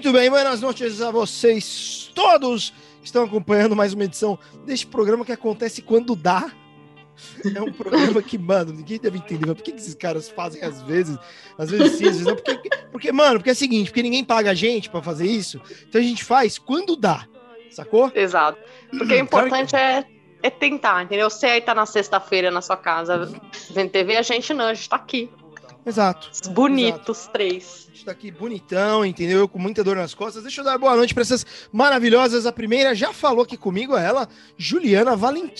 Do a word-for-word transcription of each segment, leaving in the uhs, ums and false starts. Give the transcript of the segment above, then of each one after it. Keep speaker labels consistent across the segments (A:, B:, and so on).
A: Muito bem, buenas noites a vocês todos que estão acompanhando mais uma edição deste programa que acontece quando dá. É um programa que, mano, ninguém deve entender. Mas por que, que esses caras fazem às vezes? Às vezes sim, às vezes não. Porque, porque, mano, porque é o seguinte, porque ninguém paga a gente pra fazer isso, então a gente faz quando dá, sacou?
B: Exato. Porque o importante é, é tentar, entendeu? Você aí tá na sexta-feira na sua casa vendo T V, a gente não, a gente tá aqui.
A: Exato.
B: Bonitos,
A: exato.
B: três.
A: A gente tá aqui bonitão, entendeu? Eu com muita dor nas costas. Deixa eu dar boa noite pra essas maravilhosas. A primeira já falou aqui comigo, ela, Juliana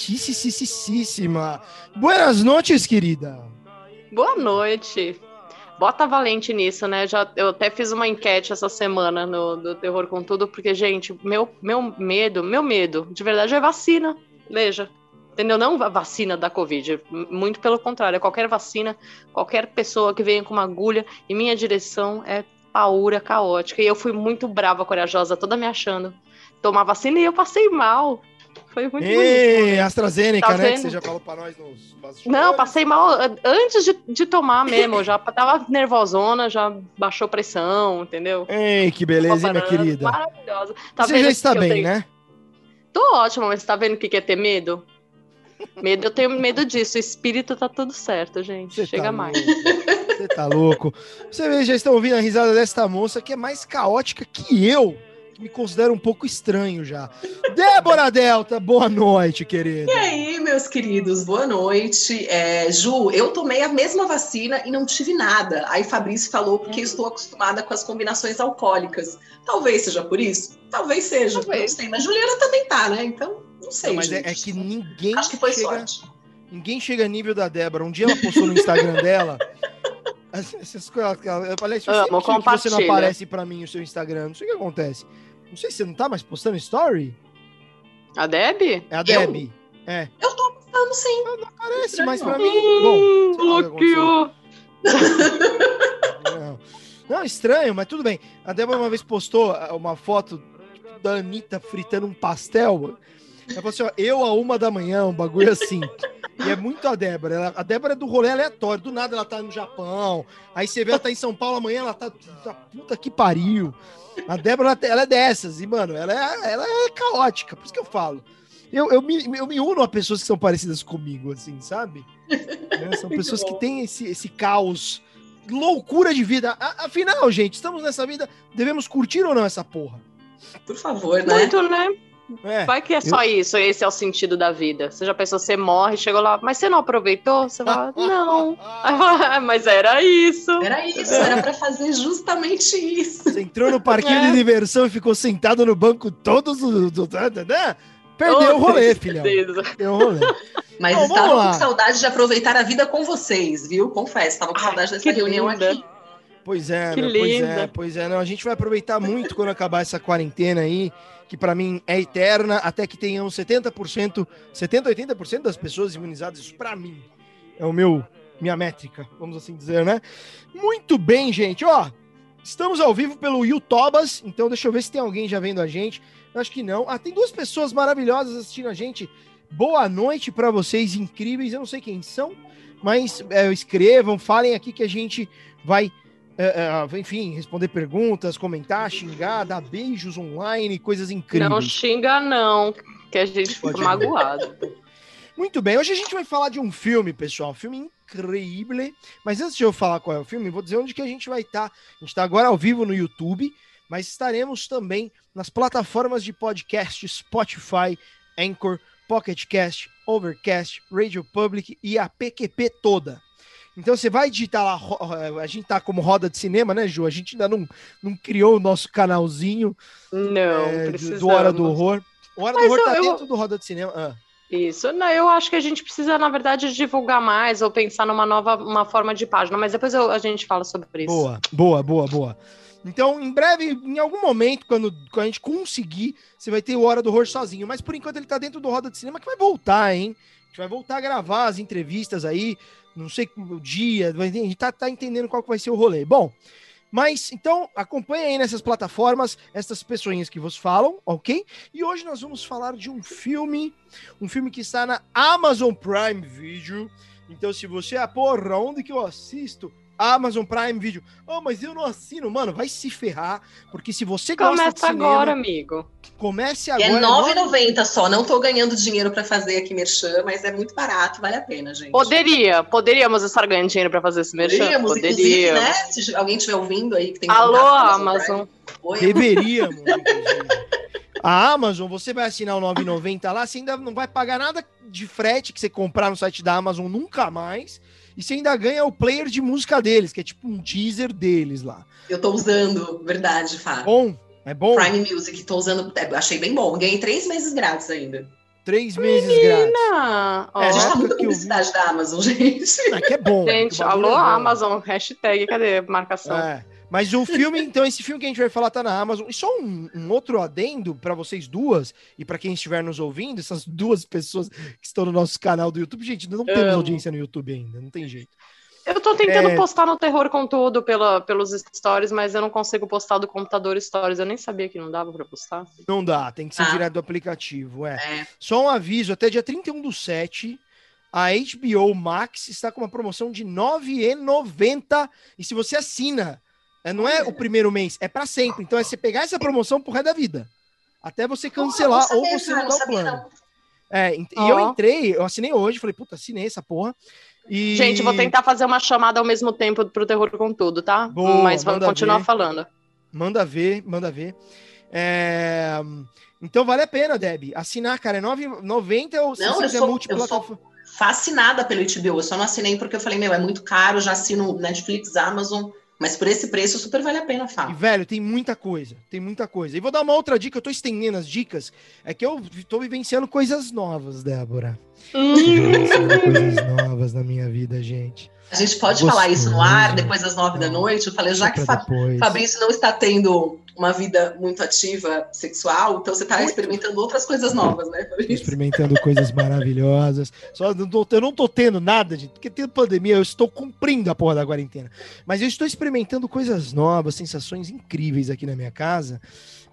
A: Valentíssima. Buenas noites, querida.
B: Boa noite. Bota valente nisso, né? Já, eu até fiz uma enquete essa semana no do Terror com Tudo, porque, gente, meu, meu medo, meu medo, de verdade, é vacina. Veja. Entendeu? Não a vacina da Covid, muito pelo contrário, é qualquer vacina, qualquer pessoa que venha com uma agulha em minha direção é paura caótica. E eu fui muito brava, corajosa, toda me achando tomar vacina e eu passei mal. Foi muito
A: Ei,
B: bonito. Né?
A: AstraZeneca,
B: tá
A: né?
B: vendo?
A: Que você já falou pra nós nos bastidores.
B: Não, passei mal antes de, de tomar mesmo. Eu já tava nervosona, já baixou pressão, entendeu?
A: Ei, que beleza, hein, minha querida?
B: Maravilhosa. Tá
A: você
B: vendo
A: já está bem,
B: tenho...
A: né?
B: Tô ótima, mas tá vendo o que é ter medo? Medo, eu tenho medo disso. O espírito tá tudo certo, gente. Cê Chega tá mais.
A: Você tá louco. Você já estão ouvindo a risada desta moça que é mais caótica que eu, que me considero um pouco estranho já. Débora Delta, boa noite, querida.
C: E aí, meus queridos, boa noite. É, Ju, eu tomei a mesma vacina e não tive nada. Aí Fabrício falou porque estou acostumada com as combinações alcoólicas. Talvez seja por isso. Talvez seja. Talvez. Não sei. Mas Juliana também tá, né? Então... Não sei, não,
A: mas
C: gente.
A: É, é que ninguém
C: Acho que foi
A: chega,
C: sorte.
A: Ninguém chega a nível da Débora. Um dia ela postou no Instagram dela. Essas coisas, eu falei, eu
B: Amo,
A: que você não aparece pra mim o seu Instagram. Não sei o que acontece. Não sei se você não tá mais postando story.
B: A Deb?
A: É a Deb. É.
C: Eu tô postando sim.
A: Não, não aparece mais pra mim. Bom,
B: bloqueou.
A: Não. não, estranho, mas tudo bem. A Débora uma vez postou uma foto da Anitta fritando um pastel. Ela falou assim, ó, eu a uma da manhã, um bagulho assim. E é muito a Débora. Ela, a Débora é do rolê aleatório. Do nada ela tá no Japão. Aí você vê ela tá em São Paulo amanhã, ela tá... tá puta que pariu. A Débora, ela é dessas. E, mano, ela é, ela é caótica. Por isso que eu falo. Eu, eu, me, eu me uno a pessoas que são parecidas comigo, assim, sabe? É, são pessoas que têm esse, esse caos. Loucura de vida. A, afinal, gente, estamos nessa vida. Devemos curtir ou não essa porra?
C: Por favor, né?
B: Muito, né?
A: É,
B: Vai que é só eu... isso, esse é o sentido da vida. Você já pensou, você morre, chegou lá, mas você não aproveitou? Você fala, não. Mas era isso.
C: Era isso, era pra fazer justamente isso.
A: Você entrou no parquinho é. de diversão e ficou sentado no banco todos os... Perdeu oh, o rolê, filhão. Perdeu o rolê.
C: Mas Bom, estava com saudade de aproveitar a vida com vocês, viu? Confesso, estava com saudade dessa reunião linda. aqui.
A: Pois é,
B: que
A: meu,
B: pois
A: linda. é, pois é. Não, a gente vai aproveitar muito quando acabar essa quarentena aí, que pra mim é eterna, até que tenham setenta por cento, setenta, oitenta por cento das pessoas imunizadas. Isso pra mim é o meu, minha métrica, vamos assim dizer, né? Muito bem, gente, ó, estamos ao vivo pelo YouTubas, então deixa eu ver se tem alguém já vendo a gente. Eu acho que não. Ah, tem duas pessoas maravilhosas assistindo a gente. Boa noite pra vocês, incríveis. Eu não sei quem são, mas é, escrevam, falem aqui que a gente vai... Uh, uh, enfim, responder perguntas, comentar, xingar, dar beijos online, coisas incríveis.
B: Não xinga não, que a gente fica magoado.
A: Muito bem, hoje a gente vai falar de um filme, pessoal, um filme incrível, mas antes de eu falar qual é o filme, vou dizer onde que a gente vai estar. Tá. A gente está agora ao vivo no YouTube, mas estaremos também nas plataformas de podcast Spotify, Anchor, Pocket Cast, Overcast, Radio Public e a P Q P toda. Então você vai digitar lá, a gente tá como Roda de Cinema, né, Ju? A gente ainda não, não criou o nosso canalzinho
B: não,
A: é, do Hora do Horror. O Hora Mas do Horror eu, tá eu... dentro do Roda de Cinema. Ah.
B: Isso, não, eu acho que a gente precisa, na verdade, divulgar mais ou pensar numa nova uma forma de página, mas depois eu, a gente fala sobre isso.
A: Boa, boa, boa, boa. Então, em breve, em algum momento, quando, quando a gente conseguir, você vai ter o Hora do Horror sozinho. Mas, por enquanto, ele tá dentro do Roda de Cinema, que vai voltar, hein? A gente vai voltar a gravar as entrevistas aí, não sei o dia, a gente tá, tá entendendo qual que vai ser o rolê. Bom, mas, então, acompanha aí nessas plataformas, essas pessoinhas que vos falam, ok? E hoje nós vamos falar de um filme, um filme que está na Amazon Prime Video, Então, se você, ah, porra, onde que eu assisto? Amazon Prime Video. Oh, mas eu não assino. Mano, vai se ferrar, porque se você gosta
B: Começa
A: de cinema...
B: agora, amigo.
A: Comece
C: E
A: agora.
C: é nove reais e noventa centavos só. Não tô ganhando dinheiro pra fazer aqui merchan, mas é muito barato, vale a pena, gente.
B: Poderia, poderíamos estar ganhando dinheiro pra fazer esse merchan?
C: Poderíamos, inclusive,
B: Poderíamos.
C: né? Se alguém estiver ouvindo aí que tem
B: Alô,
C: contato com a
B: Amazon.
C: Oi,
A: Deveríamos, inclusive. A Amazon, você vai assinar o nove reais e noventa centavos lá, você ainda não vai pagar nada de frete que você comprar no site da Amazon nunca mais. E você ainda ganha o player de música deles, que é tipo um teaser deles lá.
C: Eu tô usando, verdade, Fábio.
A: Bom, é bom.
C: Prime Music, tô usando, achei bem bom. Ganhei três meses grátis ainda.
A: Três meses grátis.
B: Ah,
A: É,
C: a gente
A: na
C: tá
A: época
C: muito
A: que eu
C: publicidade da Amazon, gente.
A: Ah, que é bom.
B: gente,
A: que o bagulho
B: alô,
A: é bom.
B: Amazon, hashtag, cadê a marcação?
A: É. Mas o filme, então, esse filme que a gente vai falar tá na Amazon. E só um, um outro adendo para vocês duas, e para quem estiver nos ouvindo, essas duas pessoas que estão no nosso canal do YouTube. Gente, não temos
B: Amo.
A: audiência no YouTube ainda, não tem jeito.
B: Eu tô tentando
A: É.
B: postar no Terror com Tudo pela, pelos stories, mas eu não consigo postar do computador stories. Eu nem sabia que não dava pra postar.
A: Não dá, tem que ser
C: Ah.
A: direto do aplicativo, é.
C: É.
A: Só um aviso, até dia trinta e um do sete, a H B O Max está com uma promoção de nove reais e noventa centavos. E se você assina, é, não é o primeiro mês, é para sempre. Então é você pegar essa promoção pro resto da vida. Até você cancelar
C: Oh, não
A: ou
C: sabia,
A: você
C: cara,
A: mudar
C: não
A: o
C: sabia,
A: plano.
C: não.
A: É, e
B: Ó.
A: eu entrei, eu assinei hoje, falei, puta, assinei essa porra. E...
B: Gente, vou tentar fazer uma chamada ao mesmo tempo pro Terror com Tudo, tá?
A: Boa,
B: mas vou
A: manda
B: continuar
A: ver.
B: falando.
A: Manda ver, manda ver. É, então vale a pena, Deb. Assinar, cara, é nove reais e noventa centavos ou se
C: Não,
A: você
C: eu
A: quiser
C: sou-
A: multiplataforma.
C: Fascinada pelo H B O. Eu só não assinei porque eu falei, meu, é muito caro, já assino Netflix, Amazon, mas por esse preço super vale a pena,
A: E,
C: Fábio.
A: velho, tem muita coisa, tem muita coisa. E vou dar uma outra dica, eu tô estendendo as dicas, é que eu tô vivenciando coisas novas, Débora.
B: Hum.
A: Tô vivenciando coisas novas na minha vida, gente.
C: A gente pode
A: Gostoso.
C: falar isso no ar depois das nove da noite? Eu falei, já
A: Só
C: que
A: pra
C: Fa-
A: depois.
C: Fabrício não está tendo uma vida muito ativa sexual, então você está
A: Muito.
C: experimentando outras coisas novas, né,
A: Tô
C: Fabrício?
A: experimentando coisas maravilhosas. Só não tô- eu não tô tendo nada, gente, porque tem pandemia, eu estou cumprindo a porra da quarentena. Mas eu estou experimentando coisas novas, sensações incríveis aqui na minha casa.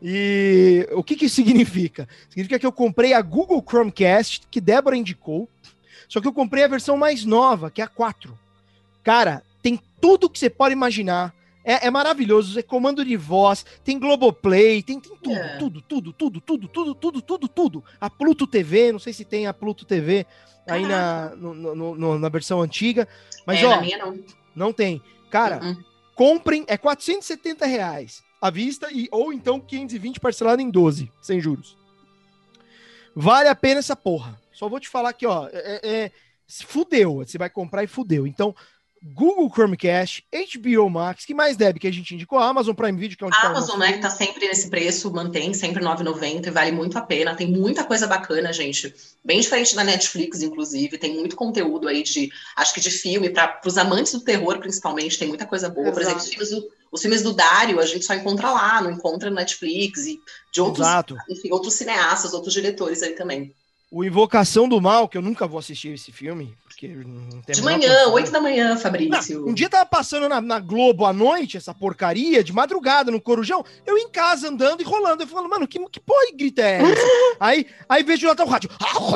A: E o que que isso significa? Significa que eu comprei a Google Chromecast, que Débora indicou, só que eu comprei a versão mais nova, que é a quatro. Cara, tem tudo que você pode imaginar. É, é maravilhoso, é comando de voz, tem Globoplay, tem, tem tudo,
C: É.
A: tudo, tudo, tudo, tudo, tudo, tudo, tudo, tudo. A Pluto T V, não sei se tem a Pluto T V aí na, no- no- no- na versão antiga, mas
C: é,
A: ó,
C: na minha não.
A: não tem. Cara,
C: Uh-uh.
A: comprem, é quatrocentos e setenta reais à vista, e, ou então quinhentos e vinte parcelado em doze, sem juros. Vale a pena essa porra. Só vou te falar aqui, ó, é, é- se fudeu, você vai comprar e fudeu. Então, Google Chromecast, H B O Max, que mais deve que a gente indicou? A Amazon Prime Video, que é onde
C: A
A: tá o
C: Amazon,
A: nosso
C: né, que
A: filme.
C: tá sempre nesse preço, mantém sempre nove reais e noventa centavos e vale muito a pena. Tem muita coisa bacana, gente. Bem diferente da Netflix, inclusive. Tem muito conteúdo aí de, acho que de filme, para os amantes do terror, principalmente, tem muita coisa boa. Por exemplo, os
B: Exato.
C: filmes, do, os filmes do Dário, a gente só encontra lá, não encontra no Netflix e de outros,
A: Exato.
C: enfim, outros cineastas, outros diretores aí também.
A: O Invocação do Mal, que eu nunca vou assistir esse filme, porque não tem a
C: De
A: menor
C: manhã,
A: condição.
C: oito da manhã,
A: Não,
C: Fabrício.
A: um dia tava passando na, na Globo à noite, essa porcaria, de madrugada, no Corujão, eu em casa andando e rolando. Eu falo, mano, que, que porra de grita é essa? aí, aí vejo lá tá o rádio.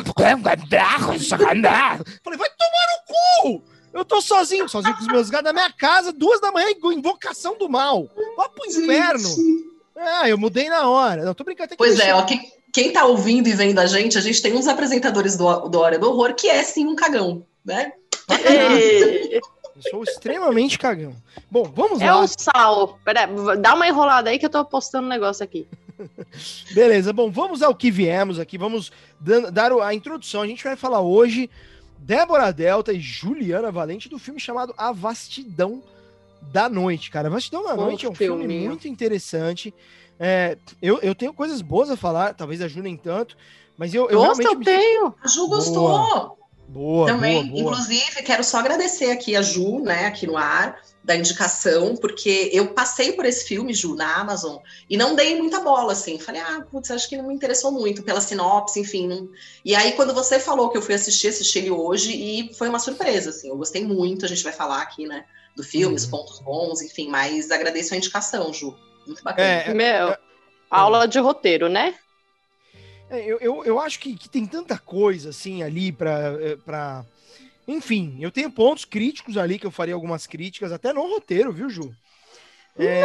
A: Falei, vai tomar no cu! Eu tô sozinho, sozinho com os meus gatos na minha casa, duas da manhã, Invocação do Mal. Vá pro inferno. Ah, eu mudei na hora. Não, tô brincando. Até que
C: Pois
A: deixei-
C: é, ó, que, quem tá ouvindo e vendo a gente, a gente tem um dos apresentadores do, do Hora do Horror que é sim um cagão, né?
B: Ei,
A: Eu sou extremamente cagão. Bom, vamos
B: é
A: lá.
B: o sal. Pera, dá uma enrolada aí que eu tô postando um negócio aqui.
A: Beleza, bom, vamos ao que viemos aqui, vamos dan- dar o- a introdução. A gente vai falar hoje Débora Delta e Juliana Valente do filme chamado A Vastidão da Noite, cara. A Vastidão da
B: Bom
A: Noite é um filme
B: filminho.
A: muito interessante. É, eu, eu tenho coisas boas a falar, talvez a Ju nem tanto, mas eu, eu
B: Nossa,
A: realmente...
B: eu
A: me-
B: tenho.
C: A Ju
A: Boa.
C: gostou
A: Boa,
C: também.
A: boa, boa.
C: Inclusive, quero só agradecer aqui a Ju, né, aqui no ar, da indicação, porque eu passei por esse filme, Ju, na Amazon, e não dei muita bola, assim. Falei, ah, putz, acho que não me interessou muito pela sinopse, enfim. não- E aí, quando você falou que eu fui assistir, assisti ele hoje, e foi uma surpresa, assim. Eu gostei muito, a gente vai falar aqui, né, do filme, os
A: Uhum.
C: pontos bons, enfim, mas agradeço a indicação, Ju. Muito bacana.
A: É,
B: Meu, aula de roteiro, né?
A: É, eu, eu, eu acho que, que tem tanta coisa assim ali pra, eh, pra Enfim, eu tenho pontos críticos ali, que eu faria algumas críticas, até no roteiro, viu, Ju? É,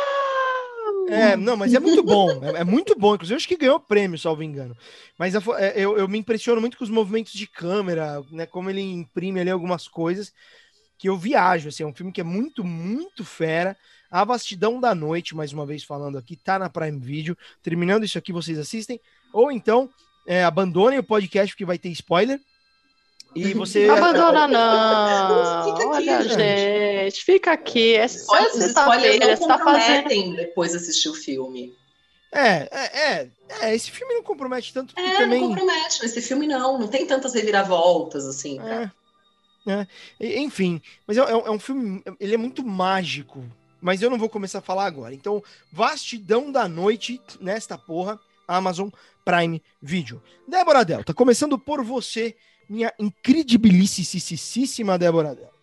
A: é não, mas é muito bom, é, é muito bom. Inclusive, eu acho que ganhou prêmio, salvo engano. Mas a, é, eu, eu me impressiono muito com os movimentos de câmera, né? Como ele imprime ali algumas coisas que eu viajo. Assim, é um filme que é muito, muito fera. A Vastidão da Noite, mais uma vez falando aqui, tá na Prime Video. Terminando isso aqui, vocês assistem. Ou então, é, abandonem o podcast, porque vai ter spoiler. E você...
B: Não abandona, não.
C: Fica aqui,
B: Olha, gente. Fica aqui. É só
C: Olha, os spoilers não
B: você tá fazendo.
C: comprometem depois de assistir o filme.
A: É, é, é, é, esse filme não compromete tanto, porque
C: É,
A: também...
C: não compromete, esse filme não. Não tem tantas reviravoltas, assim. Pra...
A: É, é. Enfim, mas é, é um filme... Ele é muito mágico, mas eu não vou começar a falar agora. Então, Vastidão da Noite, nesta porra, Amazon Prime Video. Débora Delta, começando por você... Minha incredibilicíssima Débora Delta.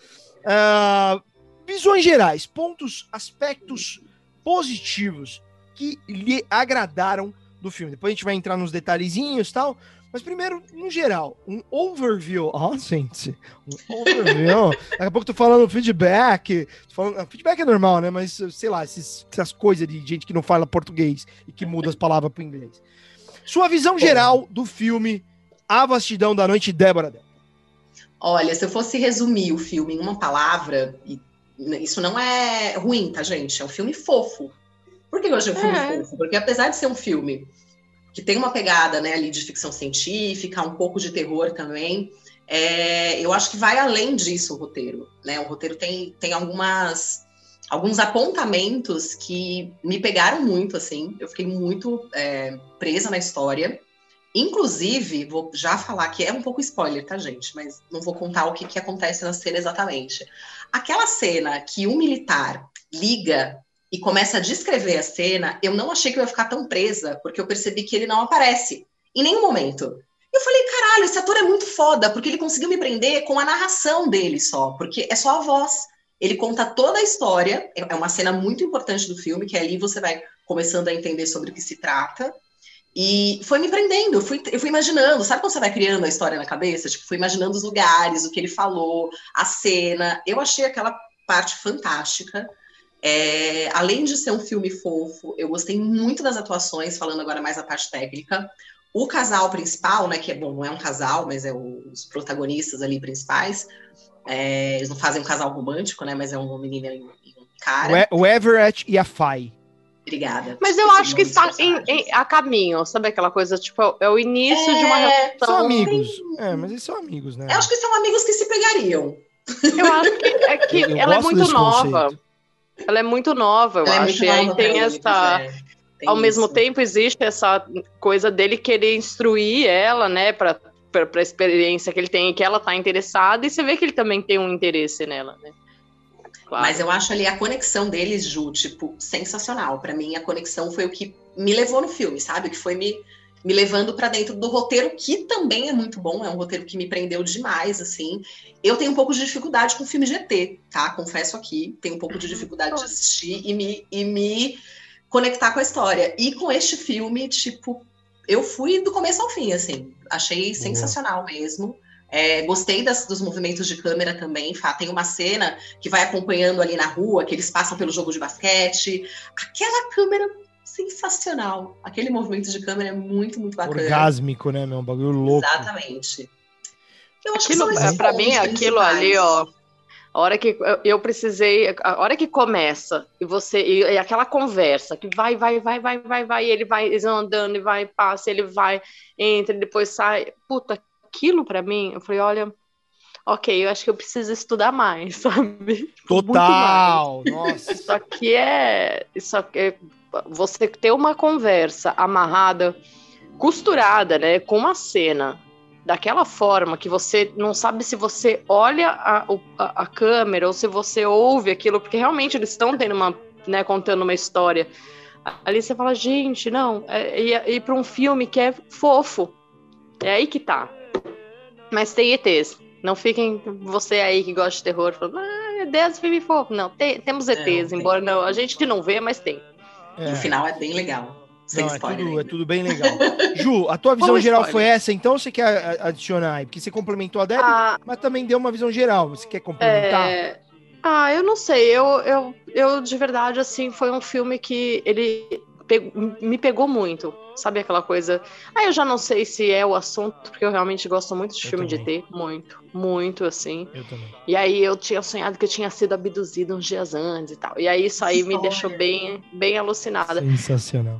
A: Uh, visões gerais, pontos, aspectos positivos que lhe agradaram do filme. Depois a gente vai entrar nos detalhezinhos e tal. Mas primeiro, no geral, um overview. Ó, oh, gente, um overview. Daqui a pouco tô falando feedback. Tô falando, feedback é normal, né? Mas, sei lá, esses, essas coisas de gente que não fala português e que muda as palavras para o inglês. Sua visão geral do filme A Vastidão da Noite, Débora Delta.
C: Olha, se eu fosse resumir o filme em uma palavra, e isso não é ruim, tá, gente? É um filme fofo. Por que eu achei um filme
B: É.
C: fofo? Porque apesar de ser um filme que tem uma pegada, né, ali de ficção científica, um pouco de terror também, é, eu acho que vai além disso o roteiro, né? O roteiro tem, tem algumas, alguns apontamentos que me pegaram muito, assim. Eu fiquei muito é, presa na história. Inclusive, vou já falar que é um pouco spoiler, tá, gente? Mas não vou contar o que, que acontece na cena exatamente. Aquela cena que um militar liga e começa a descrever a cena, eu não achei que eu ia ficar tão presa, porque eu percebi que ele não aparece em nenhum momento. Eu falei, caralho, esse ator é muito foda, porque ele conseguiu me prender com a narração dele só, porque é só a voz. Ele conta toda a história, é uma cena muito importante do filme, que ali você vai começando a entender sobre o que se trata. E foi me prendendo, eu fui, eu fui imaginando, sabe quando você vai criando a história na cabeça? Tipo, fui imaginando os lugares, o que ele falou, a cena. Eu achei aquela parte fantástica. É, além de ser um filme fofo, eu gostei muito das atuações, falando agora mais a parte técnica. O casal principal, né, que é bom, não é um casal, mas é os protagonistas ali principais. É, eles não fazem um casal romântico, né, mas é um menino e um cara.
A: O Everett e a Faye.
C: Obrigada.
B: Mas eu acho que está em, em, a caminho, sabe aquela coisa, tipo, é o início
C: é,
B: de uma relação.
A: São amigos. É, mas eles são amigos, né?
C: Eu acho que são amigos que se pegariam.
B: Eu acho que, é que
A: eu, eu
B: ela é muito nova.
A: Conceito.
B: Ela é muito nova, eu
C: ela
B: acho.
C: É
B: e aí
C: nova
B: tem
C: ele,
B: essa.
C: é. Tem
B: ao
C: isso.
B: mesmo tempo, existe essa coisa dele querer instruir ela, né, para a experiência que ele tem e que ela tá interessada, e você vê que ele também tem um interesse nela, né? Claro.
C: Mas eu acho ali a conexão deles, Ju, tipo, sensacional. Pra mim, a conexão foi o que me levou no filme, sabe? Que foi me, me levando pra dentro do roteiro, que também é muito bom. É um roteiro que me prendeu demais, assim. Eu tenho um pouco de dificuldade com filme de E T, tá? Confesso aqui. Tenho um pouco de dificuldade de assistir e me, e me conectar com a história. E com este filme, tipo, eu fui do começo ao fim, assim. Achei sensacional mesmo. É, gostei das, dos movimentos de câmera também. Tem uma cena que vai acompanhando ali na rua, que eles passam pelo jogo de basquete. Aquela câmera sensacional. Aquele movimento de câmera é muito, muito bacana.
A: Orgásmico, né, meu? Um bagulho louco.
C: Exatamente. Eu acho
B: aquilo,
C: que são
B: pra mim, aquilo ali, ó. A hora que eu precisei, a hora que começa, e você, e, e aquela conversa, que vai, vai, vai, vai, vai, vai, e ele vai, eles vão andando, e vai, passa, ele vai, entra, e depois sai. Puta, aquilo pra mim, eu falei, olha, ok, eu acho que eu preciso estudar mais, sabe?
A: Total! Nossa!
B: Isso aqui é, isso aqui é, você ter uma conversa amarrada, costurada, né, com uma cena, daquela forma que você não sabe se você olha a, a, a câmera ou se você ouve aquilo, porque realmente eles estão tendo uma, né, contando uma história. Ali você fala, gente, não, é, é ir para um filme que é fofo. É aí que tá. Mas tem E Tês. Não fiquem, você aí que gosta de terror, falando, ah, meu Deus, filme fofo. Não, tem, temos E Tês, é, embora não, a gente não vê, mas tem.
C: É. No final é bem legal. Sem
A: Não, é
C: spoiler.
A: tudo, é tudo bem legal. Ju, a tua visão
B: Como
A: geral
B: spoiler.
A: foi essa, então ou você quer a- adicionar aí? Porque você complementou a Debbie,
B: Ah,
A: mas também deu uma visão geral. Você quer complementar?
B: é... ah, eu não sei. Eu, eu, eu, de verdade, assim, foi um filme que ele pe- me pegou muito. Sabe aquela coisa? Ah, eu já não sei se é o assunto, porque eu realmente gosto muito de
A: Eu
B: filme de
A: também.
B: E T. Muito, muito, assim.
A: Eu também.
B: E aí eu tinha sonhado que eu tinha sido abduzida uns dias antes e tal. E aí isso aí me
C: História.
B: deixou bem, bem alucinada.
A: Sensacional.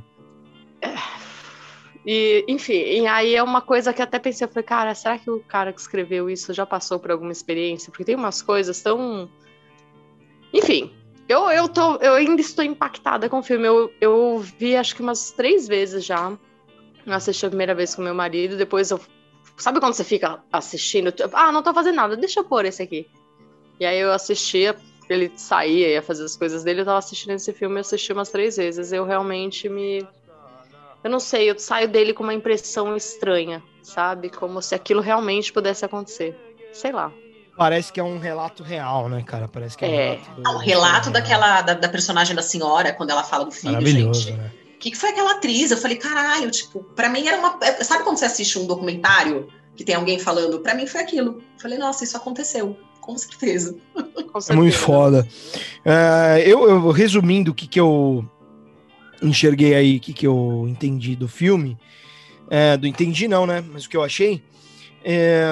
B: E, enfim, e aí é uma coisa que até pensei, eu falei, cara, será que o cara que escreveu isso já passou por alguma experiência? Porque tem umas coisas tão... Enfim, eu, eu, tô, eu ainda estou impactada com o filme. Eu, eu vi acho que umas três vezes já. Eu assisti a primeira vez com meu marido, depois eu... Sabe quando você fica assistindo? Ah, não tô fazendo nada, deixa eu pôr esse aqui. E aí eu assistia, ele saía, ia fazer as coisas dele, eu tava assistindo esse filme e assisti umas três vezes. Eu realmente me... Eu não sei, eu saio dele com uma impressão estranha, sabe? Como se aquilo realmente pudesse acontecer. Sei lá.
A: Parece que é um relato real, né, cara? Parece que é um
B: É.
A: relato...
C: Ah, o relato
A: real.
C: daquela, da, da personagem da senhora, quando ela fala do filho,
A: Maravilhoso,
C: gente.
A: né?
C: O que, que foi aquela atriz? Eu falei, caralho, tipo, pra mim era uma... Sabe quando você assiste um documentário que tem alguém falando? Pra mim foi aquilo. Eu falei, nossa, isso aconteceu. Com certeza.
B: Com
A: É muito
B: certeza.
A: foda. É, eu, eu, resumindo o que, que eu enxerguei aí, o que, que eu entendi do filme, é, do entendi não, né? Mas o que eu achei é,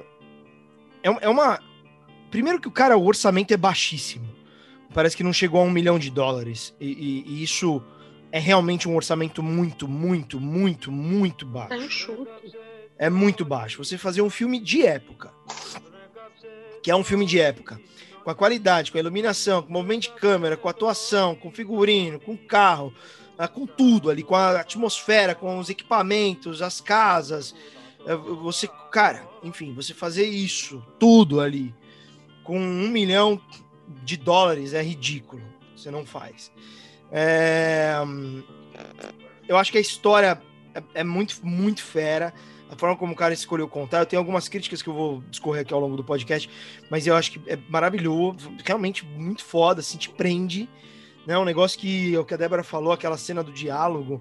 A: é, é uma... Primeiro que o cara, o orçamento é baixíssimo. Parece que não chegou a um milhão de dólares. E, e- e isso é realmente um orçamento muito, muito, muito, muito baixo.
B: É enxuto.
A: É muito baixo. Você fazer um filme de época, que é um filme de época, com a qualidade, com a iluminação, com o movimento de câmera, com a atuação, com o figurino, com o carro, ah, com tudo ali, com a atmosfera, com os equipamentos, as casas, eh, você, cara, enfim, você fazer isso, tudo ali, com um milhão de dólares é ridículo. Você não faz. É, eu acho que a história é, é muito, muito fera. A forma como o cara escolheu contar. Eu tenho algumas críticas que eu vou discorrer aqui ao longo do podcast, mas eu acho que é maravilhoso, realmente muito foda, assim, te prende, né? Um negócio que o que a Débora falou, aquela cena do diálogo.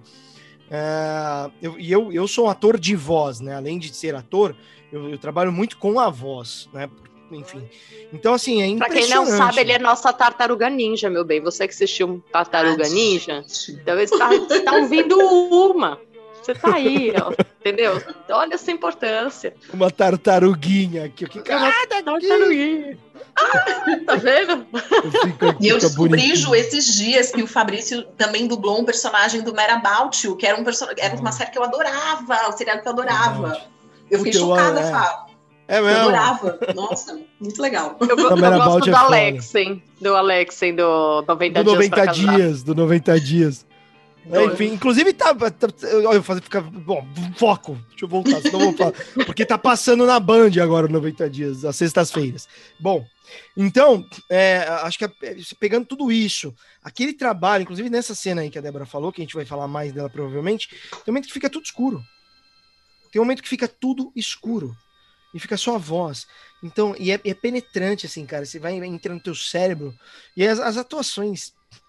A: É, eu, e eu, eu sou um ator de voz, né? Além de ser ator, eu, eu trabalho muito com a voz, né? Enfim. Então, assim, é
B: Pra quem
A: impressionante.
B: não sabe, ele é nossa tartaruga ninja, meu bem. Você que assistiu Tartaruga
C: Ah,
B: Ninja,
C: gente.
B: talvez tá, você tá ouvindo uma. Você tá aí, ó, entendeu? Olha essa importância.
A: Uma tartaruguinha aqui. Que
B: É uma tartaruguinha. Ah, tá vendo?
A: Fica,
C: E eu
A: fica
C: descobri,
A: bonitinho.
C: Ju, esses dias que o Fabrício também dublou um personagem do Mad About You, que era, um person... era uma série que eu adorava, um seriado que eu adorava. Eu fiquei
A: Puta, eu-
C: chocada,
A: é.
C: Fá.
A: É
C: Eu
A: mesmo?
C: adorava. Nossa, muito legal.
B: Eu, go-
A: Não,
B: eu
A: Mad About
B: gosto
A: é
B: do
A: foda.
B: Alexen, do Alexen, do noventa
A: Do
B: Dias pra
A: noventa
B: Casar.
A: dias, do noventa dias. É,
B: Doido.
A: enfim, inclusive tá, tá- olha, eu fazer ficar, bom, foco, deixa eu voltar, senão eu vou falar, porque tá passando na Band agora o noventa dias, às sextas-feiras. Bom, então, é, acho que é, pegando tudo isso, aquele trabalho, inclusive nessa cena aí que a Débora falou, que a gente vai falar mais dela provavelmente, tem um momento que fica tudo escuro. Tem um momento que fica tudo escuro. E fica só a voz. Então, e é, é penetrante, assim, cara. Você vai entrando no teu cérebro. E as, as atuações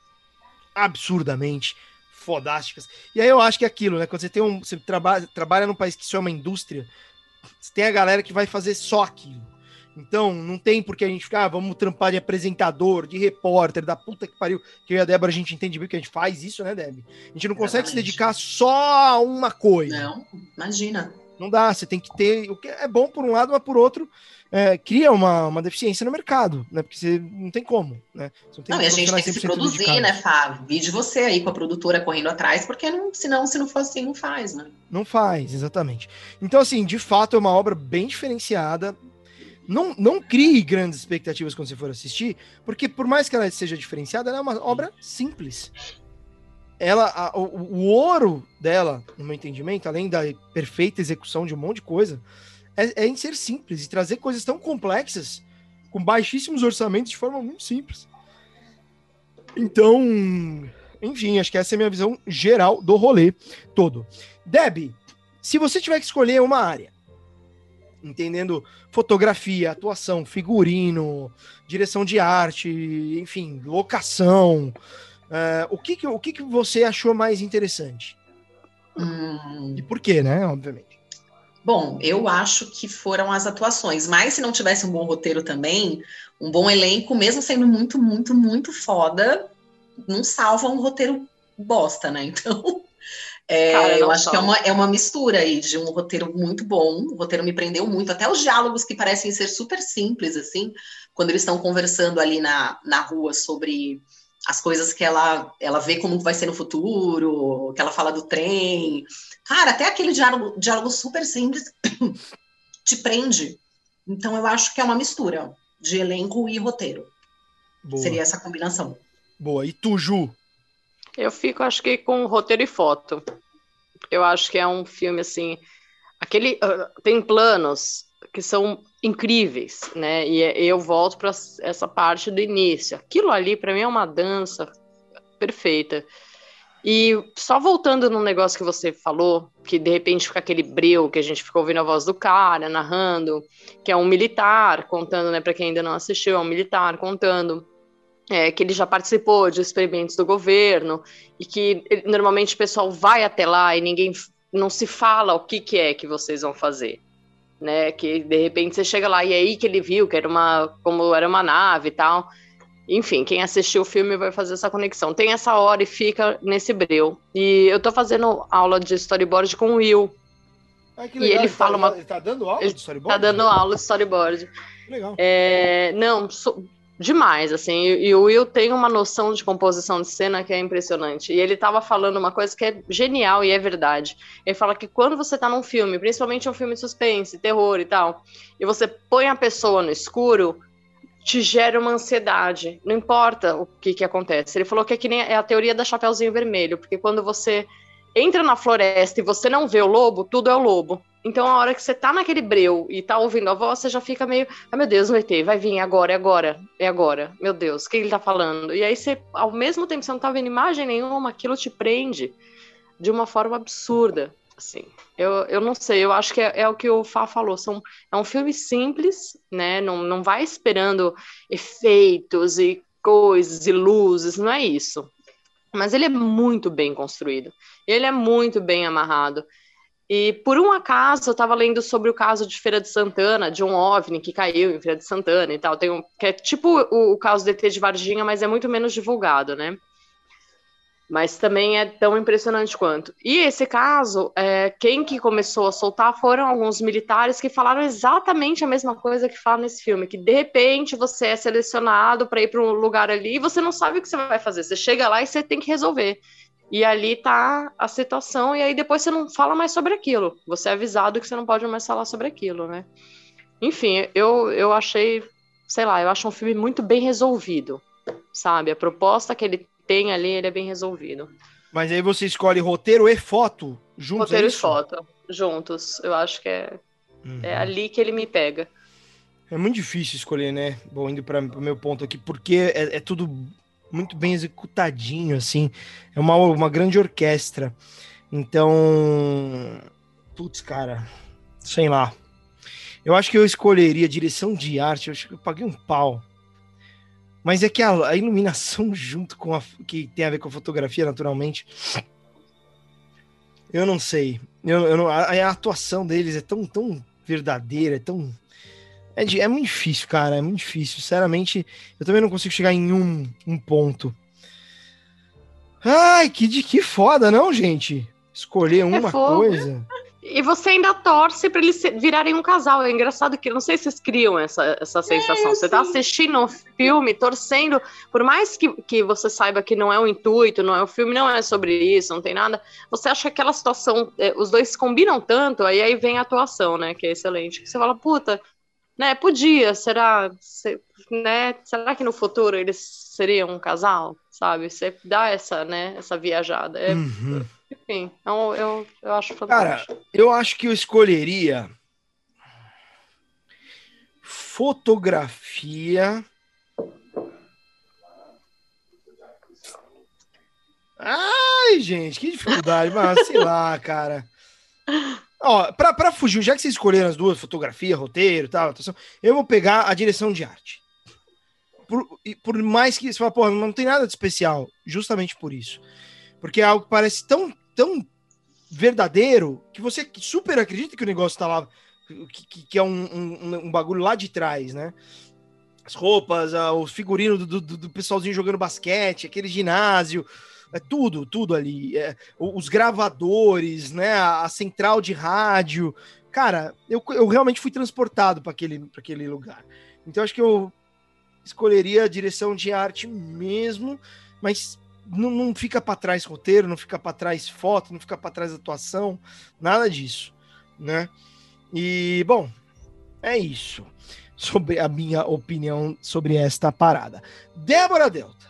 A: absurdamente fodásticas. E aí eu acho que é aquilo, né? Quando você tem um. Você trabalha, trabalha num país que isso é uma indústria, você tem a galera que vai fazer só aquilo. Então, não tem por que a gente ficar, ah, vamos trampar de apresentador, de repórter, da puta que pariu. Que eu e a Débora, a gente entende bem que a gente faz isso, né, Deb? A gente não consegue se
C: Exatamente.
A: dedicar só a uma coisa.
C: Não, imagina.
A: Não dá, você tem que ter. O que é bom por um lado, mas por outro, é, cria uma, uma deficiência no mercado, né? Porque você não tem como, né? Você não, tem
C: Não, e a gente tem que se produzir,
A: dedicados.
C: né, Fá? Vide você aí com a produtora correndo atrás, porque não, senão, se não for assim, não faz, né?
A: Não faz, exatamente. Então, assim, de fato, é uma obra bem diferenciada. Não, não crie grandes expectativas quando você for assistir, porque por mais que ela seja diferenciada, ela é uma obra simples. Ela, a, o, o ouro dela, no meu entendimento, além da perfeita execução de um monte de coisa, é, é em ser simples e trazer coisas tão complexas com baixíssimos orçamentos de forma muito simples. Então, enfim, acho que essa é a minha visão geral do rolê todo. Deb, se você tiver que escolher uma área, entendendo fotografia, atuação, figurino, direção de arte, enfim, locação, uh, o, que, que, o que, que você achou mais interessante?
C: Hum.
A: E por quê, né? Obviamente.
C: Bom, eu acho que foram as atuações, mas se não tivesse um bom roteiro também, um bom elenco, mesmo sendo muito, muito, muito foda, não salva um roteiro bosta, né? Então, é,
B: Cara,
C: eu
B: não
C: acho que é
B: salva.
C: uma, é uma mistura aí de um roteiro muito bom, o roteiro me prendeu muito, até os diálogos que parecem ser super simples, assim, quando eles estão conversando ali na, na rua sobre as coisas que ela, ela vê como vai ser no futuro, que ela fala do trem. Cara, até aquele diálogo, diálogo super simples te prende. Então, eu acho que é uma mistura de elenco e roteiro.
A: Boa.
C: Seria essa combinação.
A: Boa. E tu, Ju?
B: Eu fico, acho que, com roteiro e foto. Eu acho que é um filme, assim... Aquele, uh, tem planos que são incríveis, né? E eu volto para essa parte do início. Aquilo ali, para mim, é uma dança perfeita. E só voltando num negócio que você falou, que de repente fica aquele breu, que a gente ficou ouvindo a voz do cara, narrando, que é um militar contando, né? Para quem ainda não assistiu, é um militar contando... É, que ele já participou de experimentos do governo e que normalmente o pessoal vai até lá e ninguém não se fala o que, que é que vocês vão fazer, né? Que de repente você chega lá e é aí que ele viu que era uma, como era uma nave e tal. Enfim, quem assistiu o filme vai fazer essa conexão. Tem essa hora e fica nesse breu. E eu tô fazendo aula de storyboard com o Will.
A: Ah, que
B: E
A: legal.
B: ele
A: Ele,
B: fala
A: tá,
B: uma...
A: ele tá dando aula
B: ele
A: de storyboard?
B: tá dando aula de storyboard.
A: Legal.
B: É, não, so, demais, assim, e, e o Will tem uma noção de composição de cena que é impressionante, e ele tava falando uma coisa que é genial e é verdade. Ele fala que quando você tá num filme, principalmente um filme de suspense, terror e tal, e você põe a pessoa no escuro, te gera uma ansiedade, não importa o que que acontece. Ele falou que é que nem é a teoria da Chapeuzinho Vermelho, porque quando você entra na floresta e você não vê o lobo, tudo é o lobo. Então, a hora que você tá naquele breu e tá ouvindo a voz, você já fica meio... Ai, meu Deus, não vai ter, vai vir, agora, é agora, é agora. Meu Deus, o que ele tá falando? E aí, você, ao mesmo tempo, você não tá vendo imagem nenhuma, aquilo te prende de uma forma absurda, assim. Eu, eu não sei, eu acho que é, é o que o Fá falou. São, é um filme simples, né? Não, não vai esperando efeitos e coisas e luzes, não é isso. Mas ele é muito bem construído. Ele é muito bem amarrado. E, por um acaso, eu estava lendo sobre o caso de Feira de Santana, de um OVNI que caiu em Feira de Santana e tal. Tem um, que é tipo o, o caso do E T de Varginha, mas é muito menos divulgado, né? Mas também é tão impressionante quanto. E esse caso, é, quem que começou a soltar foram alguns militares que falaram exatamente a mesma coisa que fala nesse filme, que de repente você é selecionado para ir para um lugar ali e você não sabe o que você vai fazer. Você chega lá e você tem que resolver. E ali tá a situação, e aí depois você não fala mais sobre aquilo. Você é avisado que você não pode mais falar sobre aquilo, né? Enfim, eu, eu achei, sei lá, eu acho um filme muito bem resolvido, sabe? A proposta que ele tem ali, ele é bem resolvido.
A: Mas aí você escolhe roteiro e foto juntos,
B: Roteiro
A: é
B: e
A: isso?
B: foto, juntos. Eu acho que é,
A: Uhum.
B: é ali que ele me pega.
A: É muito difícil escolher, né? Bom, indo para o meu ponto aqui, porque é, é tudo muito bem executadinho, assim. É uma, uma grande orquestra. Então, putz, cara, sei lá. Eu acho que eu escolheria direção de arte. Eu acho que eu paguei um pau. Mas é que a, a iluminação junto com a... que tem a ver com a fotografia, naturalmente. Eu não sei. Eu, eu não, a, a atuação deles é tão, tão verdadeira, é tão... É, de, é muito difícil, cara. É muito difícil. Sinceramente, eu também não consigo chegar em um, um ponto. Ai, que, de, que foda, não, gente? Escolher uma coisa...
B: E você ainda torce para eles virarem um casal. É engraçado que, não sei se vocês criam essa, essa sensação.
C: É,
B: você tá assistindo um filme, torcendo, por mais que, que você saiba que não é o intuito, não é o filme, não é sobre isso, não tem nada, você acha que aquela situação, é, os dois combinam tanto, aí, aí vem a atuação, né, que é excelente. Que você fala, puta, né, podia, será, se, né, será que no futuro eles seriam um casal, sabe? Você dá essa, né, essa viajada. É...
A: Uhum.
B: Enfim, eu, eu, eu acho fantástico.
A: Cara, eu acho que eu escolheria fotografia. Ai, gente, que dificuldade, mas sei lá, cara. Ó, pra, pra fugir, já que vocês escolheram as duas, fotografia, roteiro e tal, eu vou pegar a direção de arte. Por, por mais que você fale, porra, não tem nada de especial, justamente por isso. Porque é algo que parece tão, tão verdadeiro, que você super acredita que o negócio tá lá, que, que é um, um, um bagulho lá de trás, né? As roupas, os figurinos do, do, do pessoalzinho jogando basquete, aquele ginásio, é tudo, tudo ali. É, os gravadores, né? A, a central de rádio. Cara, eu, eu realmente fui transportado para aquele, para aquele lugar. Então acho que eu escolheria a direção de arte mesmo, mas não, não fica para trás roteiro, não fica para trás foto, não fica para trás atuação, nada disso, né? E, bom, é isso sobre a minha opinião sobre esta parada. Débora Delta,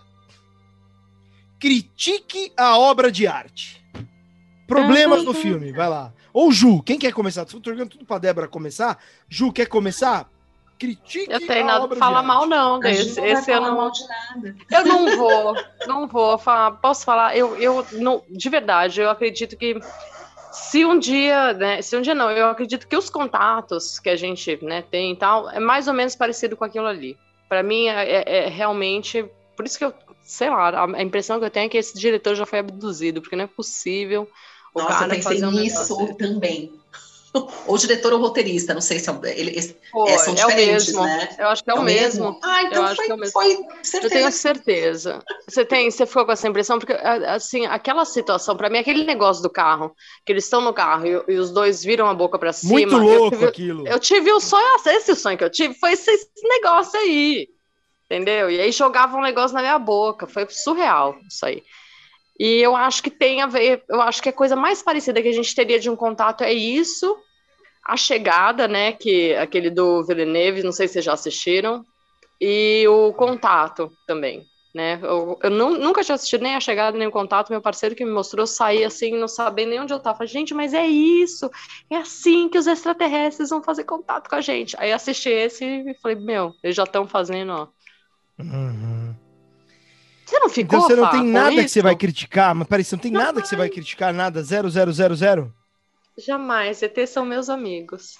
A: critique a obra de arte. Problemas no filme, vai lá. Ou Ju, quem quer começar? Estou jogando tudo para Débora começar. Ju, quer começar? Critique
B: eu tenho
A: a
B: nada
A: obra
B: pra falar
A: de
B: mal,
A: arte.
B: não.
C: A
B: Desse.
C: Ju não
B: Esse
C: vai
B: eu
C: falar
B: não.
C: mal de nada.
B: Eu não vou, não vou falar. Posso falar? Eu, eu não, de verdade, eu acredito que se um dia, né? Se um dia não, eu acredito que os contatos que a gente, né, tem e tal, é mais ou menos parecido com aquilo ali. Para mim, é, é, é realmente. Por isso que eu, sei lá, a, a impressão que eu tenho é que esse diretor já foi abduzido, porque não é possível o
C: Nossa,
B: cara
C: eu pensei
B: fazer um
C: nisso
B: negócio.
C: também. Ou diretor ou roteirista, não sei se é, ele,
B: Pô,
C: é, são
B: é o
C: diferentes,
B: mesmo.
C: né?
B: Eu acho que é,
C: É
B: o
C: o
B: mesmo.
C: mesmo? Ah,
B: Eu
C: então
B: acho
C: foi,
B: que é o mesmo.
C: foi
B: Eu
C: certeza.
B: tenho certeza. Você tem, você ficou com essa impressão porque assim, aquela situação para mim, aquele negócio do carro, que eles estão no carro e, e os dois viram a boca para cima.
A: Muito
B: eu
A: louco
B: tive,
A: aquilo.
B: Eu tive um sonho, esse sonho que eu tive foi esse, esse negócio aí, entendeu? E aí jogavam um negócio na minha boca, foi surreal isso aí. E eu acho que tem a ver, eu acho que a coisa mais parecida que a gente teria de um contato é isso. A Chegada, né, que aquele do Villeneuve, não sei se vocês já assistiram, e o Contato também, né, eu, eu não, nunca tinha assistido nem A Chegada, nem o Contato, meu parceiro que me mostrou, sair assim, não sabendo nem onde eu tava, gente, mas é isso, é assim que os extraterrestres vão fazer contato com a gente, aí assisti esse e falei, meu, eles já estão fazendo, ó.
A: Uhum.
B: Você não ficou,
A: Então você não
B: Fá,
A: tem
B: com
A: nada
B: isso?
A: que você vai criticar, mas parece, não tem
B: Não
A: nada que você vai criticar, nada, zero, zero, zero, zero.
B: Jamais, E T são meus amigos.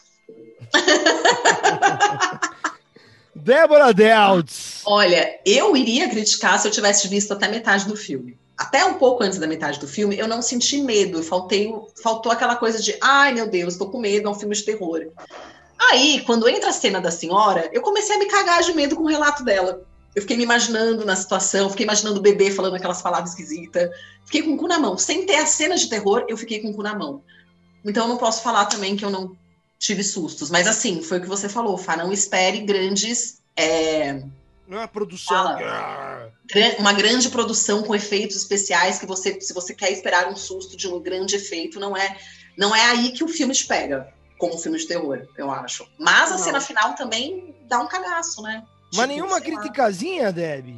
A: Débora Deltz.
C: Olha, eu iria criticar se eu tivesse visto até metade do filme. Até um pouco antes da metade do filme, eu não senti medo. Faltei, faltou aquela coisa de, ai meu Deus, tô com medo, é um filme de terror. Aí, quando entra a cena da senhora, eu comecei a me cagar de medo com o relato dela. Eu fiquei me imaginando na situação, fiquei imaginando o bebê falando aquelas palavras esquisitas. Fiquei com o cu na mão. Sem ter a cena de terror, eu fiquei com o cu na mão. Então eu não posso falar também que eu não tive sustos. Mas assim, foi o que você falou, Fá, não espere grandes... É...
A: Não é uma produção.
C: Fala. Uma grande produção com efeitos especiais que você, se você quer esperar um susto de um grande efeito, não é, não é aí que o filme te pega, como um filme de terror, eu acho. Mas a
B: Não.
C: cena final também dá um cagaço, né?
A: Mas
C: Tipo,
A: nenhuma
C: sei lá.
A: criticazinha, Deb?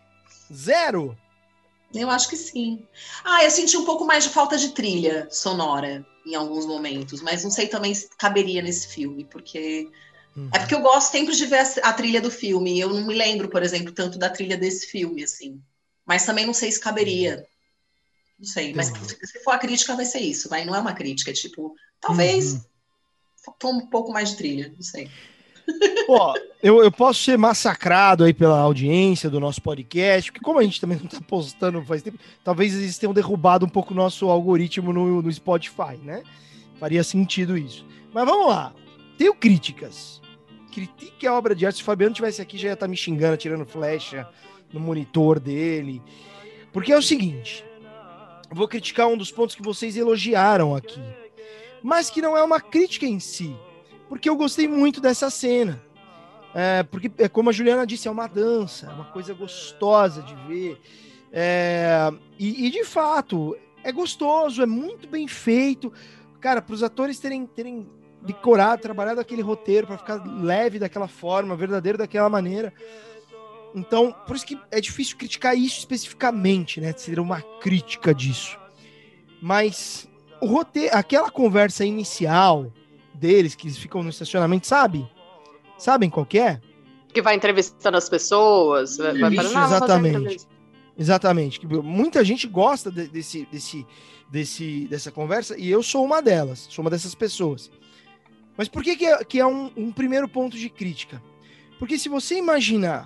A: Zero?
C: Eu acho que sim. Ah, eu senti um pouco mais de falta de trilha sonora em alguns momentos, mas não sei também se caberia nesse filme, porque... Uhum. É porque eu gosto sempre de ver a, a trilha do filme, e eu não me lembro, por exemplo, tanto da trilha desse filme, assim. Mas também não sei se caberia. Não sei, mas uhum. se for a crítica vai ser isso, vai? Não é uma crítica, é tipo, talvez uhum. faltou um pouco mais de trilha, não sei.
A: Ó, eu, eu posso ser massacrado aí pela audiência do nosso podcast, porque como a gente também não tá postando faz tempo, talvez eles tenham derrubado um pouco o nosso algoritmo no, no Spotify, né? Faria sentido isso. Mas vamos lá. Tenho críticas. Critique a obra de arte. Se o Fabiano tivesse aqui, já ia estar me xingando, tirando flecha no monitor dele. Porque é o seguinte, eu vou criticar um dos pontos que vocês elogiaram aqui, mas que não é uma crítica em si, porque eu gostei muito dessa cena. É, porque, é, como a Juliana disse, é uma dança, é uma coisa gostosa de ver. É, e, e, de fato, é gostoso, é muito bem feito. Cara, para os atores terem, terem decorado, trabalhado aquele roteiro para ficar leve daquela forma, verdadeiro daquela maneira. Então, por isso que é difícil criticar isso especificamente, né? Ser uma crítica disso. Mas o roteiro, aquela conversa inicial deles, que eles ficam no estacionamento, sabe? Sabem qual que é?
B: Que vai entrevistando as pessoas. Vai
A: isso,
B: falando, ah,
A: exatamente. Exatamente. Muita gente gosta de, desse, desse, desse, dessa conversa e eu sou uma delas, sou uma dessas pessoas. Mas por que que é, que é um, um primeiro ponto de crítica? Porque se você imaginar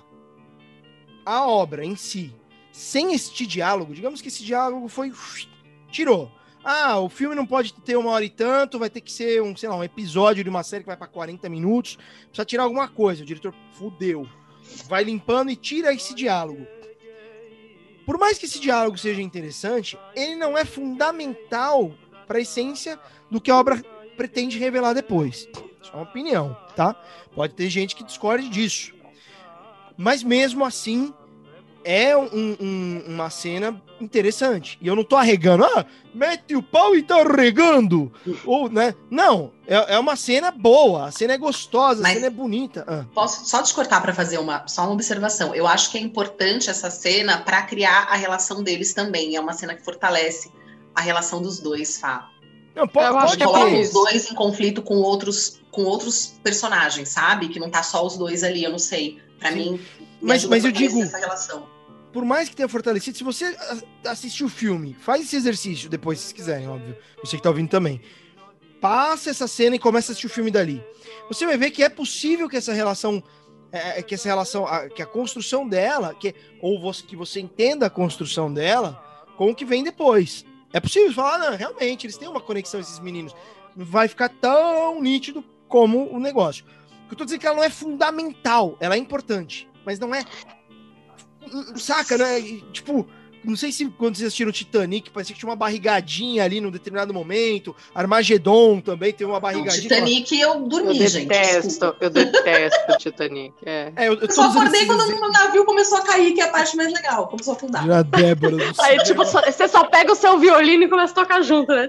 A: a obra em si, sem este diálogo, digamos que esse diálogo foi... tirou. Ah, o filme não pode ter uma hora e tanto, vai ter que ser um, sei lá, um episódio de uma série que vai para quarenta minutos. Precisa tirar alguma coisa. O diretor fudeu. Vai limpando e tira esse diálogo. Por mais que esse diálogo seja interessante, ele não é fundamental para a essência do que a obra pretende revelar depois. Isso é uma opinião, tá? Pode ter gente que discorde disso. Mas mesmo assim, é um, um, uma cena interessante. E eu não tô arregando. Ah, mete o pau e tá arregando. Ou, né? Não, é, é uma cena boa. A cena é gostosa,
C: Mas
A: a cena é bonita. Ah.
C: Posso só te cortar para fazer uma, só uma observação? Eu acho que é importante essa cena para criar a relação deles também. É uma cena que fortalece a relação dos dois, Fá.
A: Não, pode,
B: eu acho
A: pode
B: que é
C: Coloca
B: por
C: os
B: isso.
C: dois em conflito com outros, com outros personagens, sabe? Que não tá só os dois ali, eu não sei. Para
A: Sim.
C: mim, me
A: Mas-
C: ajuda
A: mas
C: a
A: eu
C: fortalecer
A: digo-
C: essa relação.
A: Por mais que tenha fortalecido, se você a- assistir o filme, faz esse exercício depois, se vocês quiserem, óbvio. Você que tá ouvindo também. Passa essa cena e começa a assistir o filme dali. Você vai ver que é possível que essa relação, é, que essa relação, a, que a construção dela, que, ou você, que você entenda a construção dela com o que vem depois. É possível falar, não, realmente, eles têm uma conexão, esses meninos. Não vai ficar tão nítido como o negócio. O que eu tô dizendo é que ela não é fundamental, ela é importante, mas não é. Saca, né? E, tipo, não sei se quando vocês assistiram Titanic, parecia que tinha uma barrigadinha ali num determinado momento. Armagedon também tem uma
C: O
A: barrigadinha.
C: Titanic eu
B: Eu
C: dormi, gente.
B: detesto,
C: Desculpa.
B: eu detesto o Titanic. É.
A: É, eu, eu
C: Eu
A: tô
C: só
A: usando
C: acordei
A: esses
C: quando
A: exemplos
C: o navio começou a cair, que é a parte mais legal. Começou a afundar.
A: de a Débora do
B: Aí,
A: cinema.
B: tipo, só- você só pega o seu violino e começa a tocar junto, né?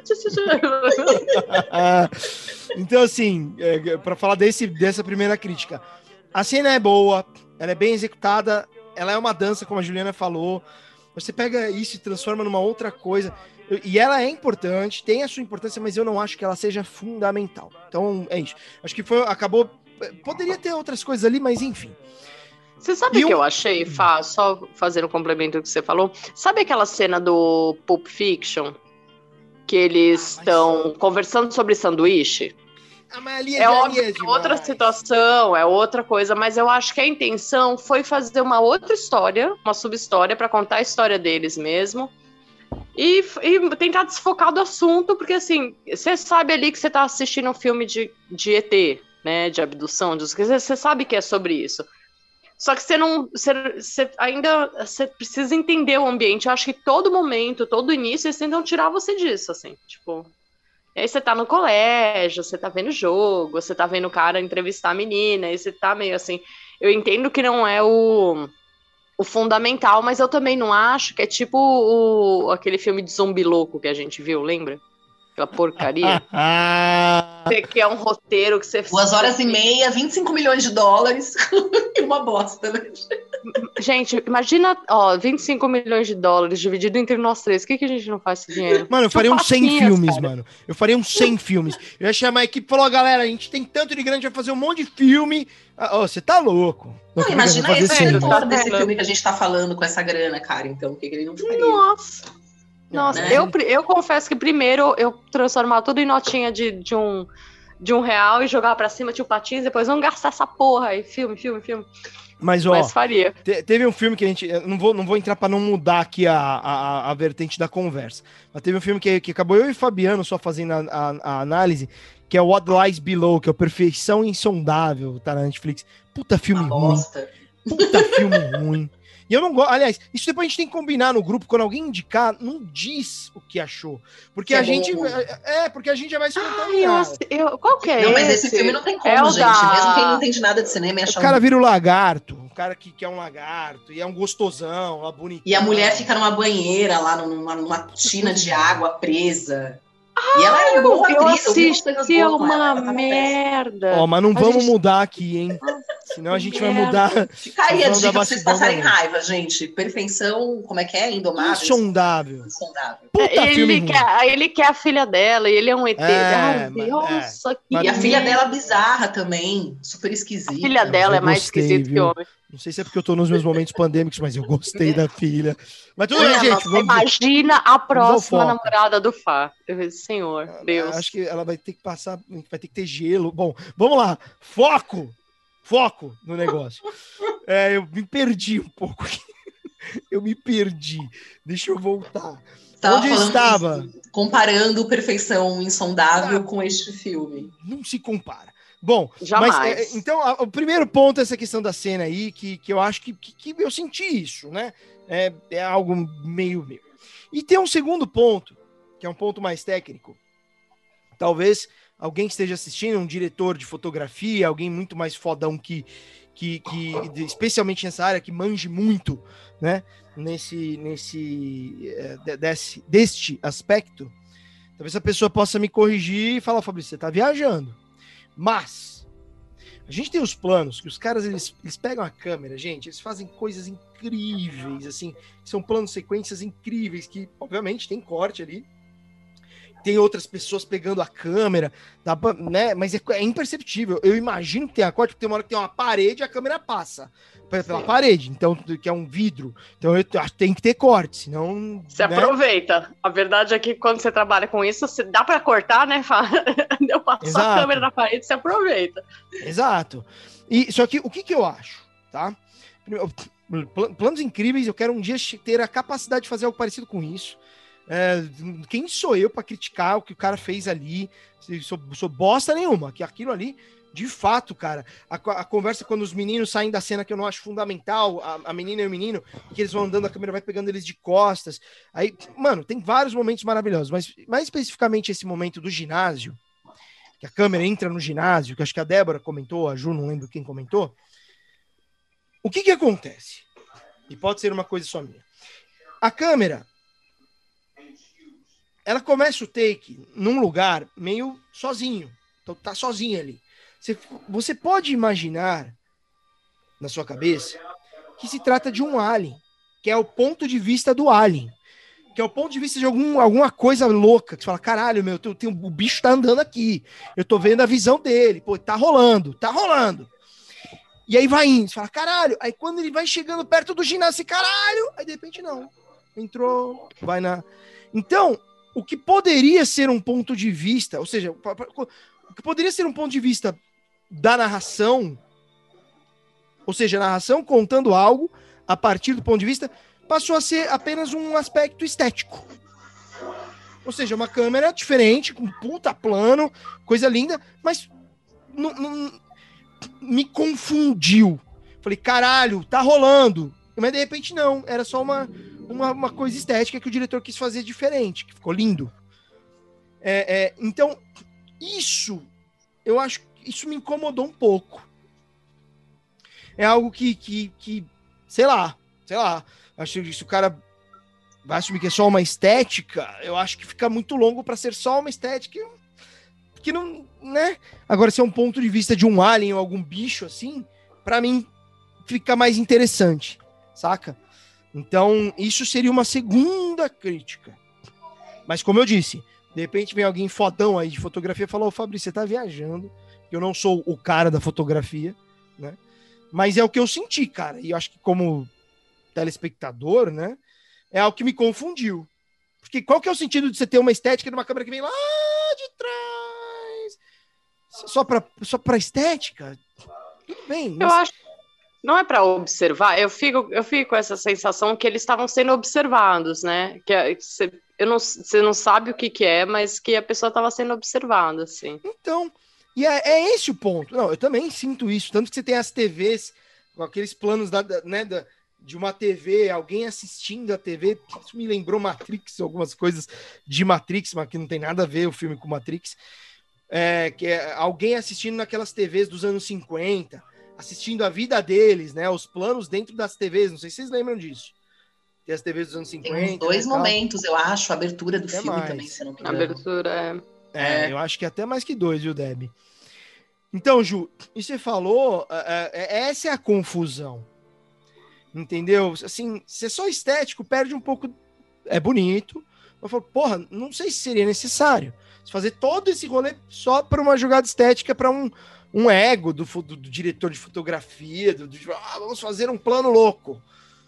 A: Então, assim, é, para falar desse, dessa primeira crítica, a cena é boa, ela é bem executada, ela é uma dança, como a Juliana falou. Você pega isso e transforma numa outra coisa. Eu- E ela é importante, tem a sua importância, mas eu não acho que ela seja fundamental. Então, é isso. Acho que foi, acabou. Poderia ter outras coisas ali, mas enfim.
B: Você sabe
A: E
B: o que
A: um-
B: eu achei, Fá? Só fazer um complemento do que você falou. Sabe aquela cena do Pulp Fiction? Que eles
A: Ah, mas-
B: estão conversando sobre sanduíche?
A: Ah, mas ali
B: É
A: já
B: óbvio
A: ia
B: que é outra
A: demais.
B: situação, é outra coisa, mas eu acho que a intenção foi fazer uma outra história, uma subhistória, para contar a história deles mesmo. E, e tentar desfocar do assunto, porque assim, você sabe ali que você tá assistindo um filme de, de E T, né? De abdução, de, você sabe que é sobre isso. Só que você não. Você, você ainda você precisa entender o ambiente. Eu acho que todo momento, todo início, eles tentam tirar você disso, assim, tipo. E aí você tá no colégio, você tá vendo jogo, você tá vendo o cara entrevistar a menina, aí você tá meio assim. Eu entendo que não é o, o fundamental, mas eu também não acho que é tipo o, aquele filme de zumbi louco que a gente viu, lembra? Aquela porcaria.
A: Ah,
B: Você quer um roteiro que você.
C: Duas horas e meia, vinte e cinco milhões de dólares e uma bosta, né?
B: Gente, imagina, ó, vinte e cinco milhões de dólares dividido entre nós três. O que, que a gente não faz com esse dinheiro?
A: mano, eu faria uns cem
B: Chupacinhas,
A: filmes,
B: cara.
A: mano. Eu faria uns cem filmes. Eu ia chamar a equipe e falou, galera, a gente tem tanto de grande, vai fazer um monte de filme. Ah, ô, você tá louco.
C: Não,
A: Não,
C: imagina
A: fazer
C: esse
A: cem.
B: sério,
C: diretor
B: tá
C: desse
B: vendo?
C: filme que a gente tá falando com essa grana, cara. Então, o que, que ele não faria?
B: Nossa. Nossa,
C: Né?
B: eu, eu confesso que primeiro eu transformar tudo em notinha de, de, um, de um real e jogar pra cima, tipo patins, depois vamos gastar essa porra aí. Filme, filme, filme.
A: Mas, ó,
B: Mas faria.
A: te- teve um filme que a gente. Eu não vou, não vou entrar pra não mudar aqui a, a, a vertente da conversa. Mas teve um filme que, que acabou eu e Fabiano só fazendo a, a, a análise, que é o What Lies Below, que é o Perfeição Insondável, tá na Netflix. Puta filme
C: Uma
A: ruim.
C: bosta.
A: Puta filme ruim. E eu não gosto. Aliás, isso depois a gente tem que combinar no grupo. Quando alguém indicar, não diz o que achou. Porque
C: Que
A: a
C: é bom
A: gente.
C: ou ruim.
A: É, porque a gente já vai se
B: Ai, eu,
A: contaminar.
B: eu, qual que é
C: Não, mas
B: esse?
C: esse filme não tem como,
B: É o
C: gente.
B: da-
C: Mesmo quem não entende nada de cinema ia
A: O
C: achar
A: cara
C: um...
A: vira o lagarto. O cara que, que é um lagarto. E é um gostosão, lá bonitão.
C: E a mulher fica numa banheira lá, numa, numa tina de água presa. E ela é boa
B: Eu
C: atriz, eu vi umas coisas
B: assisti
C: boas com ela,
B: uma
C: ela tava péssima.
B: merda.
A: Ó, mas não
B: A
A: vamos
B: gente-
A: mudar aqui, hein? Senão a gente vai
B: Merda.
A: mudar.
C: Fica aí a
A: Vamos dar
C: dica pra vocês
A: bastidão
C: passarem
A: também.
C: raiva, gente. Perfeição, como é que é? Indomável?
A: Insondável.
C: Insondável.
A: Puta filme
B: Ele
A: ruim.
B: quer, ele quer a filha dela e ele é um E T.
A: É,
B: Ai,
A: mas-
B: nossa, que
A: Mas-
C: E a filha
B: merda.
C: dela bizarra também, super esquisita.
B: A filha dela
A: eu
B: é mais
A: gostei,
B: esquisita que
A: viu?
B: o homem.
A: Não sei se é porque eu tô nos meus momentos pandêmicos, mas eu gostei da filha. Mas tudo bem,
B: Minha
A: gente.
B: nossa,
A: Vamos...
B: imagina a próxima
A: foco.
B: namorada do Fá. Eu- Senhor, Deus.
A: Acho que ela vai ter que passar, vai ter que ter gelo. Bom, vamos lá. Foco! Foco no negócio. É, eu me perdi um pouco aqui. Eu me perdi. Deixa eu voltar.
C: Tava
A: Onde eu estava?
C: Isso, comparando Perfeição Insondável ah, com este filme.
A: Não se compara. Bom,
B: Jamais.
A: Mas, é, então, a, o primeiro ponto é essa questão da cena aí, que, que eu acho que, que, que eu senti isso, né? É, é algo meio meu. E tem um segundo ponto, que é um ponto mais técnico. Talvez alguém que esteja assistindo, um diretor de fotografia, alguém muito mais fodão que, que, que especialmente nessa área, que manje muito, né? Nesse, nesse é, desse, deste aspecto, talvez a pessoa possa me corrigir e falar, Fabrício, você tá viajando. Mas a gente tem os planos que os caras, eles, eles pegam a câmera, gente, eles fazem coisas incríveis, assim, são planos, sequências incríveis, que obviamente tem corte ali, tem outras pessoas pegando a câmera, dá pra, né, mas é, é imperceptível. Eu imagino que tem a corte, porque tem uma hora que tem uma parede e a câmera passa pela parede, então, que é um vidro. Então eu, tem que ter corte, senão...
B: Você
A: né?
B: aproveita. A verdade é que quando você trabalha com isso, você dá para cortar, né? Deu pra passar a câmera na parede, você aproveita.
A: Exato. E, só que o que, que eu acho, tá? Planos incríveis, eu quero um dia ter a capacidade de fazer algo parecido com isso. É, quem sou eu para criticar o que o cara fez ali? Sou, sou bosta nenhuma, que aquilo ali, de fato, cara, a, a conversa quando os meninos saem da cena que eu não acho fundamental, a, a menina e o menino, que eles vão andando, a câmera vai pegando eles de costas, aí, mano, tem vários momentos maravilhosos, mas mais especificamente esse momento do ginásio, que a câmera entra no ginásio, que acho que a Débora comentou, a Ju, não lembro quem comentou. O que que acontece? E pode ser uma coisa só minha. A câmera, ela começa o take num lugar meio sozinho. Então tá sozinha ali. Você, você pode imaginar na sua cabeça que se trata de um alien, que é o ponto de vista do alien, que é o ponto de vista de algum, alguma coisa louca, que você fala, caralho, meu, tem, tem, o bicho tá andando aqui, eu tô vendo a visão dele, pô, tá rolando, tá rolando. E aí vai indo, você fala, caralho, aí quando ele vai chegando perto do ginásio, você, caralho, aí de repente não, entrou, vai na... Então, o que poderia ser um ponto de vista, ou seja, o que poderia ser um ponto de vista da narração, ou seja, a narração contando algo a partir do ponto de vista, passou a ser apenas um aspecto estético. Ou seja, uma câmera diferente, com puta plano, coisa linda, mas não, não, me confundiu. Falei, caralho, tá rolando. Mas de repente não, era só uma, uma, uma coisa estética que o diretor quis fazer diferente, que ficou lindo. É, é, então, isso, eu acho que isso me incomodou um pouco. É algo que, que, que sei lá, sei lá, acho que se o cara vai assumir que é só uma estética, eu acho que fica muito longo para ser só uma estética que não, né? Agora, se é um ponto de vista de um alien ou algum bicho assim, para mim fica mais interessante, saca? Então, isso seria uma segunda crítica. Mas como eu disse, de repente vem alguém fodão aí de fotografia e fala, ô Fabrício, você tá viajando, eu não sou o cara da fotografia, né? Mas é o que eu senti, cara, e eu acho que como telespectador, né, é algo que me confundiu. Porque qual que é o sentido de você ter uma estética de uma câmera que vem lá de trás? Só pra, só pra estética? Tudo bem. Mas...
B: Eu acho não é para observar, eu fico, eu fico com essa sensação que eles estavam sendo observados, né? Que você, eu não, você não sabe o que, que é, mas que a pessoa estava sendo observada, assim.
A: Então, e é, é esse o ponto. Não, eu também sinto isso. Tanto que você tem as T Vs com aqueles planos da, da, né, da, de uma T V, alguém assistindo a T V. Isso me lembrou Matrix, algumas coisas de Matrix, mas que não tem nada a ver o filme com Matrix. É, que é alguém assistindo naquelas T Vs dos anos cinquenta, assistindo a vida deles, né? Os planos dentro das T Vs. Não sei se vocês lembram disso. Tem as T Vs dos anos cinquenta.
C: Tem uns dois
A: né,
C: momentos, eu acho, a abertura do
A: até
C: filme
A: mais.
C: também, se não me
B: A
C: engano.
B: abertura é...
A: É, é, eu acho que até mais que dois, viu, Deb? Então, Ju, e você falou, é, é, essa é a confusão. Entendeu? Assim, ser só estético perde um pouco. É bonito. Eu falo, porra, não sei se seria necessário fazer todo esse rolê só para uma jogada estética, para um, um ego do, do, do diretor de fotografia, do, do ah, vamos fazer um plano louco.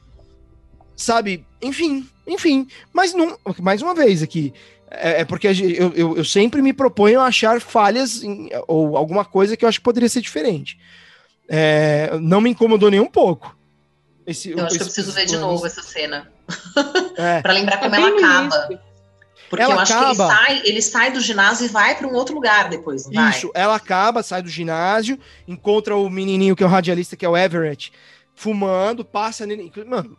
A: Sabe? Enfim, enfim. Mas não, mais uma vez aqui, é, é porque eu, eu, eu sempre me proponho a achar falhas em, ou alguma coisa que eu acho que poderia ser diferente. É, não me incomodou nem um pouco. Esse,
C: eu acho
A: esse,
C: que eu preciso ver de novo essa cena.
A: É.
C: Pra lembrar como
B: É
C: ela
B: bem
C: acaba.
B: isso.
C: Porque
A: Ela
C: eu acho
A: acaba-
C: que ele sai, ele sai do ginásio e vai para um outro lugar depois, não vai?
A: Isso, ela acaba, sai do ginásio, encontra o menininho que é o radialista, que é o Everett, fumando, passa nele. Mano,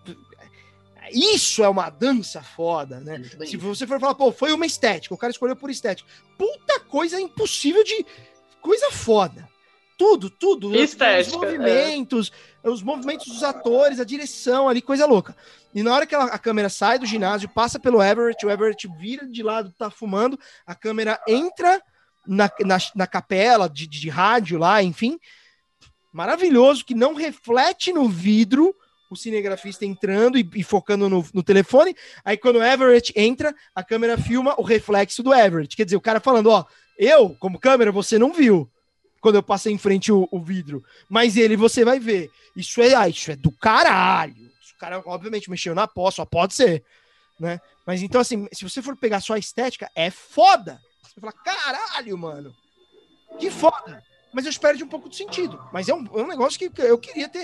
A: isso é uma dança foda, né?
C: É muito bonito.
A: Se você for falar, pô, foi uma estética, o cara escolheu por estética. Puta coisa impossível de. Coisa foda. Tudo, tudo.
B: Estética,
A: Os movimentos, os movimentos dos atores, a direção ali, coisa louca. E na hora que ela- a câmera sai do ginásio, passa pelo Everett, o Everett vira de lado, tá fumando, a câmera entra na, na, na capela de, de rádio lá, enfim. Maravilhoso, que não reflete no vidro o cinegrafista entrando e, e focando no, no telefone. Aí quando o Everett entra, a câmera filma o reflexo do Everett. Quer dizer, o cara falando, ó, eu, como câmera, você não viu quando eu passei em frente o, o vidro. Mas ele você vai ver. Isso é, ah, isso é do caralho. O cara, obviamente, mexeu na pó, só pode ser. Né? Mas então, assim, se você for pegar só a estética, é foda. Você fala, caralho, mano. Que foda. Mas eu espero de um pouco de sentido. Mas é um, é um negócio que eu queria ter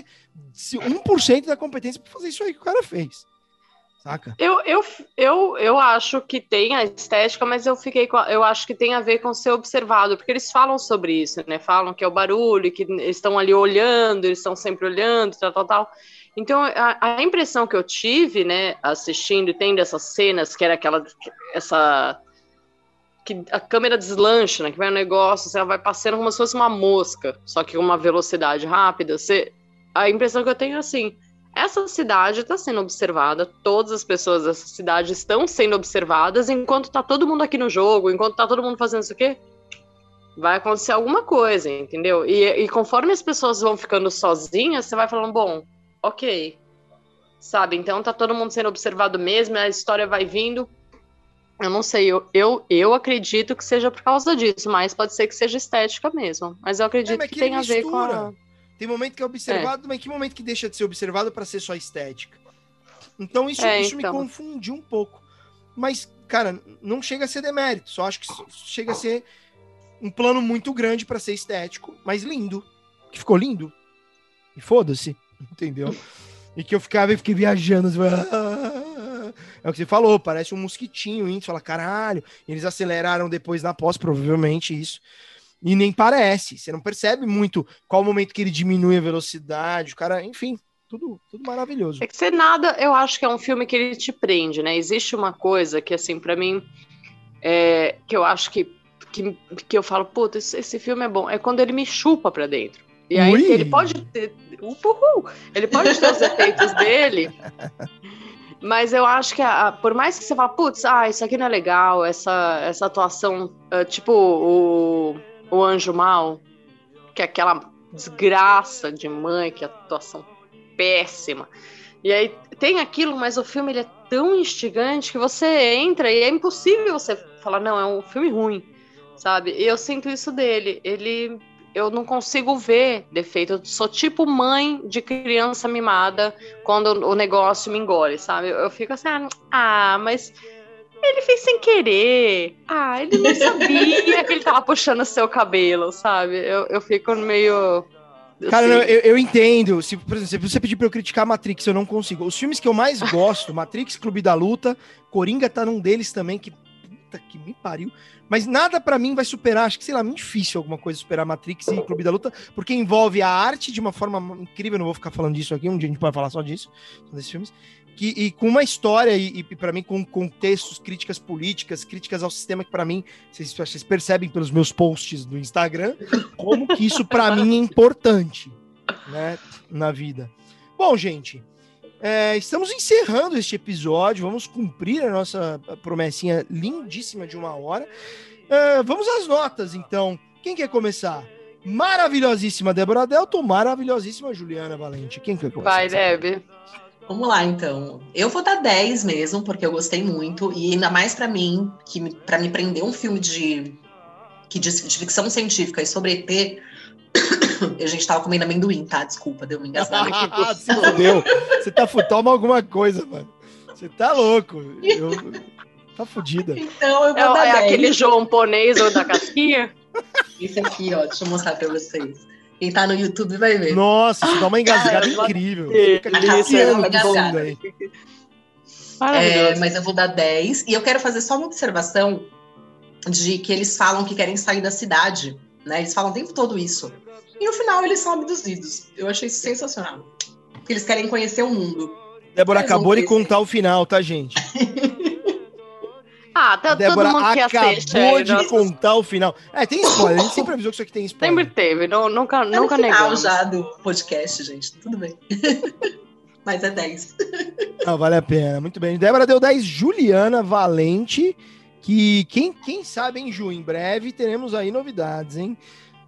A: um por cento da competência pra fazer isso aí que o cara fez. Saca?
B: Eu, eu, eu, eu acho que tem a estética, mas eu fiquei com a, eu acho que tem a ver com ser observado, porque eles falam sobre isso, né? Falam que é o barulho, que eles estão ali olhando, eles estão sempre olhando, tal, tal, tal. Então, a, a impressão que eu tive, né, assistindo e tendo essas cenas, que era aquela, essa, que a câmera deslancha, né, que vai um negócio, você vai passando como se fosse uma mosca, só que com uma velocidade rápida, você, a impressão que eu tenho é assim, essa cidade está sendo observada, todas as pessoas dessa cidade estão sendo observadas, enquanto tá todo mundo aqui no jogo, enquanto tá todo mundo fazendo isso aqui, vai acontecer alguma coisa, entendeu? E, e conforme as pessoas vão ficando sozinhas, você vai falando, bom, ok, sabe? Então tá todo mundo sendo observado mesmo, a história vai vindo. Eu não sei, eu, eu, eu acredito que seja por causa disso, mas pode ser que seja estética mesmo. Mas eu acredito
A: É, mas
B: que,
A: que
B: tem a
A: ele
B: ver com a...
A: mistura. Tem momento que é observado, mas que momento que deixa de ser observado para ser só estética? Então isso,
B: É,
A: isso
B: então.
A: me confundiu um pouco. Mas, cara, não chega a ser demérito. Só acho que chega a ser um plano muito grande para ser estético, mas lindo. Que ficou lindo. E foda-se, entendeu? E que eu ficava e fiquei viajando. Assim, ah, é o que você falou, parece um mosquitinho. Você fala, caralho. Eles aceleraram depois na pós, provavelmente isso. E nem parece, você não percebe muito qual o momento que ele diminui a velocidade, o cara, enfim, tudo, tudo maravilhoso.
B: É que você nada, eu acho que é um filme que ele te prende, né? Existe uma coisa que, assim, pra mim, é, que eu acho que, que, que eu falo, puta, esse, esse filme é bom, é quando ele me chupa pra dentro. E aí
A: Ui.
B: ele pode ter, uhul, ele pode ter os efeitos dele, mas eu acho que, a, a, por mais que você fale, putz, ah, isso aqui não é legal, essa, essa atuação, uh, tipo o... O Anjo Mal, que é aquela desgraça de mãe, que é atuação péssima. E aí tem aquilo, mas o filme ele é tão instigante que você entra e é impossível você falar, não, é um filme ruim, sabe? E eu sinto isso dele. Ele, eu não consigo ver defeito. Eu sou tipo mãe de criança mimada quando o negócio me engole, sabe? Eu, eu fico assim, ah, mas... Ele fez sem querer. Ah, ele não sabia que ele tava puxando seu cabelo, sabe? Eu, eu fico meio...
A: Cara, não, eu, eu entendo. Se, por exemplo, se você pedir pra eu criticar Matrix, eu não consigo. Os filmes que eu mais gosto, Matrix, Clube da Luta, Coringa tá num deles também, que puta que me pariu. Mas nada pra mim vai superar, acho que, sei lá, muito difícil alguma coisa superar Matrix e Clube da Luta, porque envolve a arte de uma forma incrível, eu não vou ficar falando disso aqui, um dia a gente pode falar só disso, desses filmes. Que, e com uma história, e, e para mim, com contextos, críticas políticas, críticas ao sistema, que para mim, vocês, vocês percebem pelos meus posts do Instagram, como que isso para mim é importante, né, na vida. Bom, gente, é, estamos encerrando este episódio, vamos cumprir a nossa promessinha lindíssima de uma hora. É, vamos às notas, então. Quem quer começar? Maravilhosíssima Débora Delton, maravilhosíssima Juliana Valente. Quem quer começar?
B: Vai, Deb.
C: Vamos lá, então. Eu vou dar dez mesmo, porque eu gostei muito. E ainda mais pra mim, que pra me prender um filme de, que de, de ficção científica e sobre E T... A gente tava comendo amendoim, tá? Desculpa, deu uma engasgada aqui.
A: Se fudeu. Você tá fudido. Toma alguma coisa, mano. Você tá louco. Eu... Tá fudida.
C: Então eu vou
B: É,
C: dar
B: é
C: dez.
B: aquele jamponês ou da casquinha?
C: Esse aqui, ó. Deixa eu mostrar pra vocês. Quem tá no YouTube vai ver.
A: Nossa, isso dá uma engasgada
B: Ah,
A: incrível.
B: é,
A: Fica
C: isso,
A: acariciando
C: é,
A: do fundo aí.
C: É, mas eu vou dar dez. E eu quero fazer só uma observação de que eles falam que querem sair da cidade, né? Eles falam o tempo todo isso. E no final eles são abduzidos. Eu achei isso sensacional. Porque eles querem conhecer o mundo.
A: Débora
C: Eles vão
A: acabou de
C: conhecer.
A: contar o final, tá, gente?
B: Ah, tá,
A: A Débora
B: todo mundo que
A: acabou
B: assiste aí,
A: de
B: nossos-
A: contar o final. É, tem spoiler. A gente sempre avisou que isso aqui tem spoiler.
B: Sempre teve, não, nunca,
C: Tá no
B: nunca
C: final
B: negamos.
C: já do podcast, gente. Tudo bem. Mas é dez.
A: Não, vale a pena. Muito bem. Débora deu dez. Juliana Valente, que quem, quem sabe, hein, Ju, em breve teremos aí novidades, hein?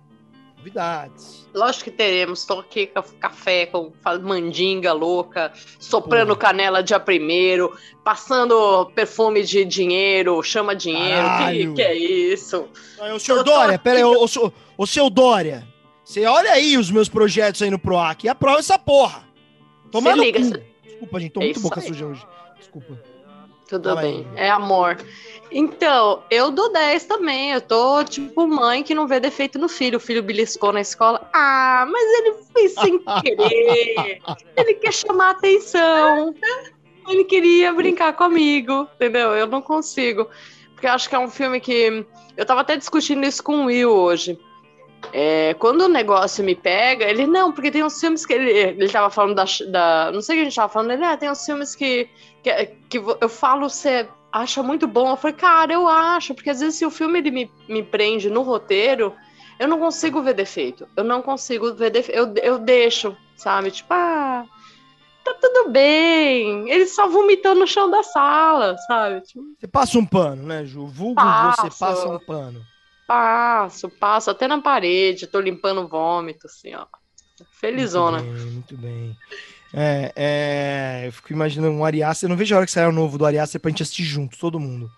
A: Novidades.
B: Lógico que teremos. Tô aqui com café, com mandinga louca, soprando
A: Porra.
B: canela dia primeiro, passando perfume de dinheiro, chama dinheiro.
A: Caralho.
B: Que, que é isso?
A: Aí, ô, senhor
B: Eu tô
A: Dória, pera aí,
B: aqui-
A: ô, ô, seu- ô, seu Dória, você olha aí os meus projetos aí no PROAC e aprova essa porra. Toma
B: Se
A: no
B: liga,
A: cu.
B: se-
A: Desculpa, gente, tô
B: É
A: muito
B: isso
A: boca
B: aí.
A: suja hoje. Desculpa.
B: Tudo
A: Fala aí.
B: bem, é amor. Então, eu dou dez também. Eu tô tipo mãe que não vê defeito no filho. O filho beliscou na escola. Ah, mas ele fez sem querer. Ele quer chamar atenção. Ele queria brincar comigo, entendeu? Eu não consigo. Porque eu acho que é um filme que. Eu tava até discutindo isso com o Will hoje. É, quando o negócio me pega, ele não, porque tem uns filmes que ele, ele tava falando da, da. Não sei o que a gente tava falando, ele, ah, tem uns filmes que, que, que eu falo, você acha muito bom. Eu falei, cara, eu acho, porque às vezes se o filme ele me, me prende no roteiro, eu não consigo ver defeito. Eu não consigo ver defeito. Eu, eu deixo, sabe? Tipo, ah, tá tudo bem. Ele só vomitou no chão da sala, sabe? Tipo,
A: Você passa um pano, né, Ju? Vulgo,
B: Passo.
A: você passa um pano.
B: passo, passo até na parede, tô limpando o vômito, assim, ó. Felizona.
A: Muito bem, muito bem. É, é, eu fico imaginando um Ari Aster. Eu não vejo a hora que sair o novo do Ari Aster pra gente assistir junto, todo mundo.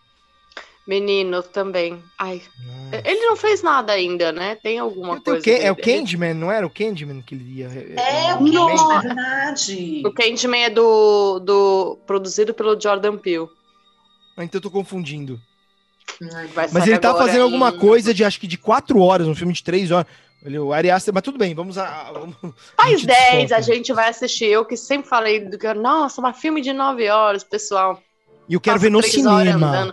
B: Menino também. Ai,
A: Nossa.
B: ele não fez nada ainda, né? Tem alguma
A: Eu tenho o
B: coisa.
A: Ken- é o
B: dele.
A: Candyman, não era o Candyman que ele ia...
C: É, o
A: Candyman?
C: que é verdade.
B: O Candyman é do, do produzido pelo Jordan Peele.
A: Ah, então eu tô confundindo.
B: Vai
A: Mas
B: sair
A: ele tá
B: agora
A: fazendo alguma
B: em-
A: coisa de, acho que de quatro horas, um filme de três horas. Ele, o Ari Aster, mas tudo bem, vamos a... Vamos, a
B: Faz
A: gente
B: dez,
A: desfoca.
B: a gente vai assistir. Eu que sempre falei do que, nossa, mas filme de nove horas, pessoal.
A: E eu quero
B: Passa
A: ver no
B: três horas
A: cinema.
B: andando.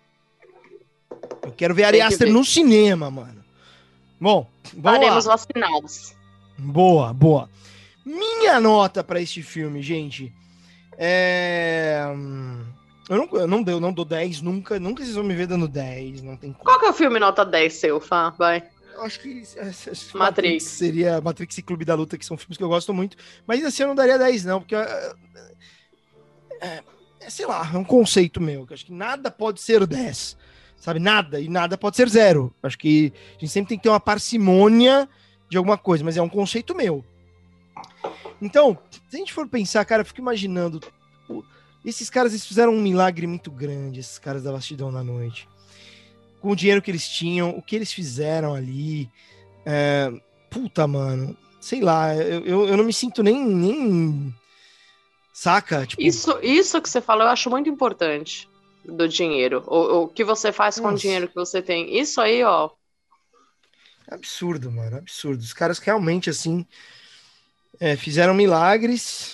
A: Eu quero ver Ari
B: Tem que
A: Aster
B: ver.
A: no cinema, mano. Bom, vamos
B: Estaremos
A: lá.
B: vacinados.
A: Boa, boa. Minha nota pra este filme, gente, é... hum, Eu não, eu não, dou, não dou dez nunca, nunca vocês vão me ver dando dez, não tem como.
B: Qual que é o filme nota dez seu, Fá? Vai.
A: Eu acho que é, é, Matrix.
B: Matrix.
A: seria Matrix e Clube da Luta, que são filmes que eu gosto muito, mas ainda assim eu não daria dez não, porque é, é, é, sei lá, é um conceito meu, que eu acho que nada pode ser dez, sabe, nada, e nada pode ser zero. Acho que a gente sempre tem que ter uma parcimônia de alguma coisa, mas é um conceito meu. Então, se a gente for pensar, cara, eu fico imaginando, pô, esses caras, eles fizeram um milagre muito grande, esses caras da Vastidão da Noite. Com o dinheiro que eles tinham, o que eles fizeram ali. É, puta, mano. Sei lá, eu, eu, eu não me sinto nem. nem saca? Tipo,
B: Isso, isso que você falou, eu acho muito importante do dinheiro. O, o que você faz com o
A: Nossa.
B: dinheiro que você tem. Isso aí, ó.
A: absurdo, mano. Absurdo. Os caras realmente, assim, é, fizeram milagres.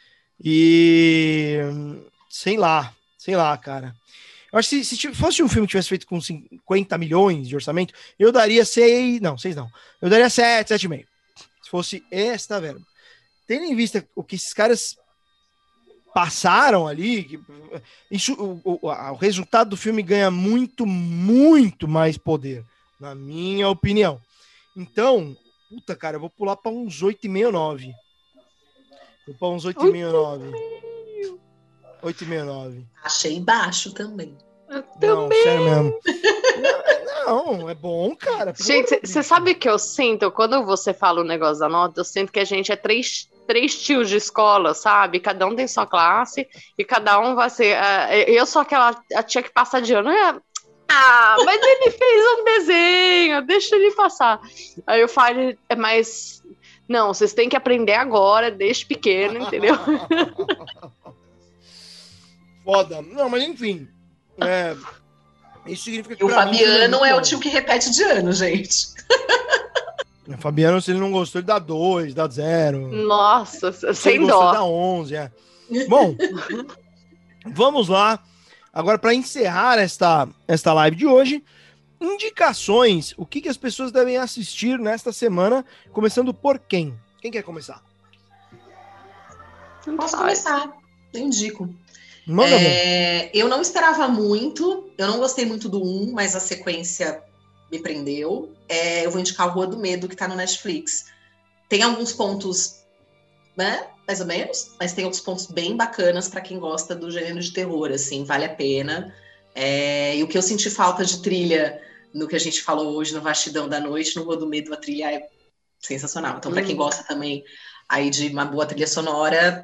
A: E. Sei lá. Sei lá, cara. Eu acho que se, se fosse um filme que tivesse feito com cinquenta milhões de orçamento, eu daria seis. Não, seis não. Eu daria sete, sete e meio. Se fosse esta verba. Tendo em vista o que esses caras passaram ali, que, isso, o, o, o resultado do filme ganha muito, muito mais poder, na minha opinião. Então, puta, cara, eu vou pular para uns oito e meio, nove. Vou para uns oito e meio, nove. oito e meio, nove.
C: Achei baixo também.
B: Eu
A: Não,
B: também.
A: sério mesmo. Não, não, é bom, cara.
B: Gente, você sabe o que eu sinto? Quando você fala o negócio da nota, eu sinto que a gente é três, três tios de escola, sabe? Cada um tem sua classe e cada um vai ser. Uh, eu sou aquela a tia que passa de ano. né? Ah, mas ele fez um desenho, deixa ele passar. Aí eu falo, é mais. Não, vocês têm que aprender agora, desde pequeno, entendeu?
A: Foda. Não, mas enfim. É, isso significa que
C: E o
A: pra mim,
C: Fabiano
A: muito
C: é o
A: bom.
C: tio que repete de ano, gente.
A: O Fabiano, se ele não gostou, ele dá dois, dá zero.
B: Nossa,
A: se
B: sem
A: ele
B: dó.
A: Gostou, ele dá onze, é. Bom, vamos lá. Agora, para encerrar esta, esta live de hoje, indicações. O que, que as pessoas devem assistir nesta semana, começando por quem? Quem quer começar?
C: Posso começar, eu indico.
A: Manda
C: é, eu não esperava muito, eu não gostei muito do um, mas a sequência me prendeu. É, eu vou indicar o Rua do Medo, que tá no Netflix. Tem alguns pontos, né, mais ou menos, mas tem outros pontos bem bacanas para quem gosta do gênero de terror, assim, vale a pena. É, e o que eu senti falta de trilha no que a gente falou hoje no Vastidão da Noite, no Rua do Medo, a trilha é sensacional. Então, para quem gosta também aí de uma boa trilha sonora,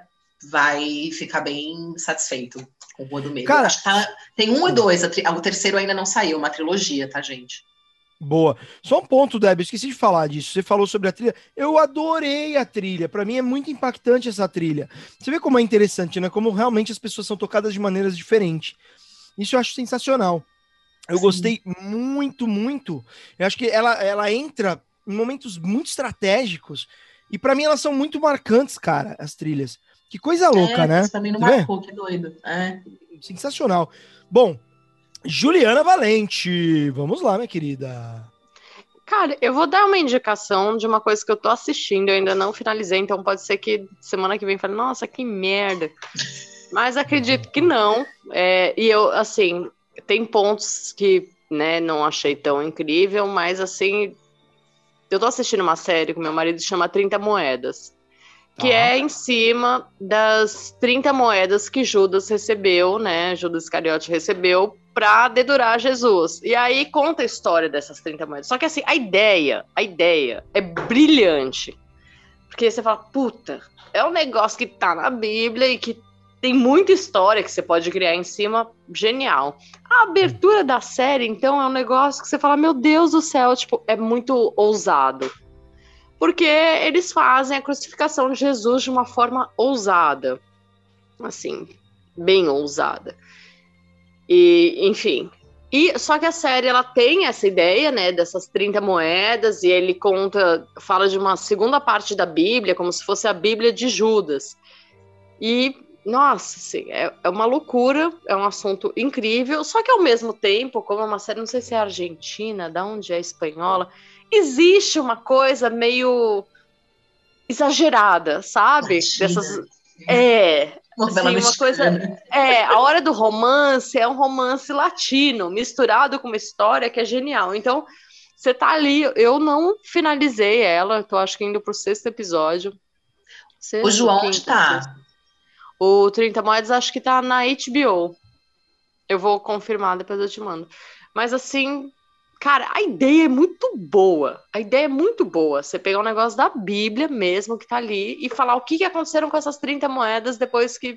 C: vai ficar bem satisfeito com o Rua do Medo.
A: Cara,
C: acho que tá, tem um e dois, a tri, o terceiro ainda não saiu, uma trilogia, tá, gente?
A: Boa. Só um ponto, Deb, eu esqueci de falar disso. Você falou sobre a trilha. Eu adorei a trilha. Para mim é muito impactante essa trilha. Você vê como é interessante, né? Como realmente as pessoas são tocadas de maneiras diferentes. Isso eu acho sensacional. Eu Sim. gostei muito, muito. Eu acho que ela, ela entra em momentos muito estratégicos. E para mim elas são muito marcantes, cara, as trilhas. Que coisa louca,
C: é,
A: né?
C: Isso também não
A: Você
C: marcou,
A: vê?
C: que doido. É.
A: Sensacional. Bom, Juliana Valente, vamos lá, minha querida.
B: Cara, eu vou dar uma indicação de uma coisa que eu tô assistindo, eu ainda não finalizei, então pode ser que semana que vem fale, nossa, que merda. Mas acredito que não. É, e eu, assim, tem pontos que, né, não achei tão incrível, mas assim, eu tô assistindo uma série com meu marido que chama trinta Moedas. Que ah. é em cima das trinta moedas que Judas recebeu, né? Judas Iscariote recebeu para dedurar Jesus. E aí conta a história dessas trinta moedas. Só que assim, a ideia, a ideia é brilhante. Porque você fala, puta, é um negócio que tá na Bíblia e que tem muita história que você pode criar em cima, genial. A abertura da série, então, é um negócio que você fala, meu Deus do céu, tipo, é muito ousado. Porque eles fazem a crucificação de Jesus de uma forma ousada. Assim, bem ousada. E, enfim. E, só que a série, ela tem essa ideia, né, dessas trinta moedas, e ele conta, fala de uma segunda parte da Bíblia, como se fosse a Bíblia de Judas. E, nossa, assim, é, é uma loucura, é um assunto incrível, só que ao mesmo tempo, como é uma série, não sei se é argentina, da onde é espanhola, existe uma coisa meio exagerada, sabe?
C: Latina.
B: Dessas, é, assim, uma coisa, é, a hora do romance é um romance latino, misturado com uma história que é genial. Então, você tá ali, eu não finalizei ela, tô acho que indo pro sexto episódio. Sexto,
C: o João onde tá?
B: Sexto. O trinta Moedas acho que tá na H B O. Eu vou confirmar, depois eu te mando. Mas assim, cara, a ideia é muito boa. A ideia é muito boa. Você pegar um negócio da Bíblia mesmo, que tá ali, e falar o que, que aconteceram com essas trinta moedas depois que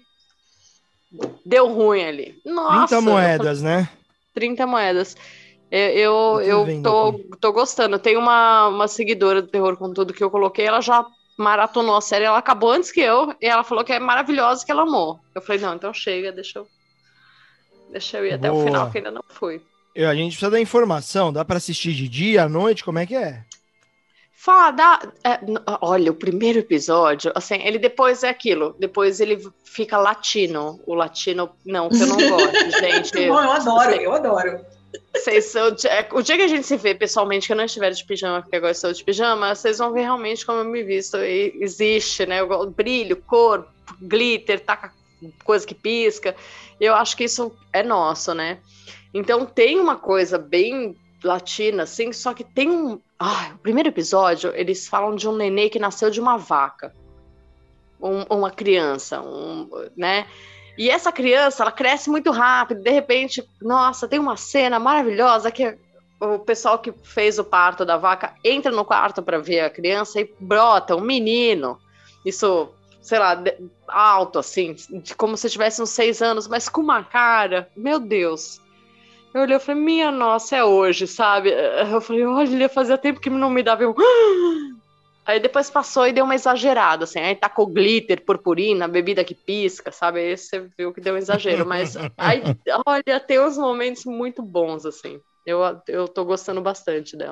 B: deu ruim ali. Nossa!
A: trinta moedas, eu... né?
B: trinta moedas. Eu, eu, eu tô, tô gostando. Tem uma, uma seguidora do Terror com Tudo que eu coloquei, ela já maratonou a série, ela acabou antes que eu, e ela falou que é maravilhosa, que ela amou. Eu falei, não, então chega, deixa eu, deixa eu ir até Boa. o final, que ainda não fui.
A: Eu, a gente precisa da informação, dá para assistir de dia, à noite, como é que é?
B: Fala, dá, é, olha, o primeiro episódio, assim, ele depois é aquilo, depois ele fica latino, o latino, não, que eu não gosto, gente.
C: Bom, eu adoro, eu adoro.
B: Vocês, o, dia, o dia que a gente se vê pessoalmente, que eu não estiver de pijama, porque agora estou de pijama, vocês vão ver realmente como eu me visto. E existe, né? O brilho, cor, glitter, taca coisa que pisca. Eu acho que isso é nosso, né? Então tem uma coisa bem latina, assim, só que tem um. Ah, o primeiro episódio, eles falam de um nenê que nasceu de uma vaca. Um, uma criança, um, né? E essa criança, ela cresce muito rápido, de repente, nossa, tem uma cena maravilhosa que o pessoal que fez o parto da vaca entra no quarto para ver a criança e brota um menino, isso, sei lá, alto, assim, como se tivesse uns seis anos, mas com uma cara, meu Deus. Eu olhei e falei, minha nossa, é hoje, sabe? Eu falei, olha, fazia tempo que não me dava um... Aí depois passou e deu uma exagerada, assim, aí tacou glitter, purpurina, bebida que pisca, sabe? Aí você viu que deu um exagero, mas aí, olha, tem uns momentos muito bons, assim, eu, eu tô gostando bastante dela.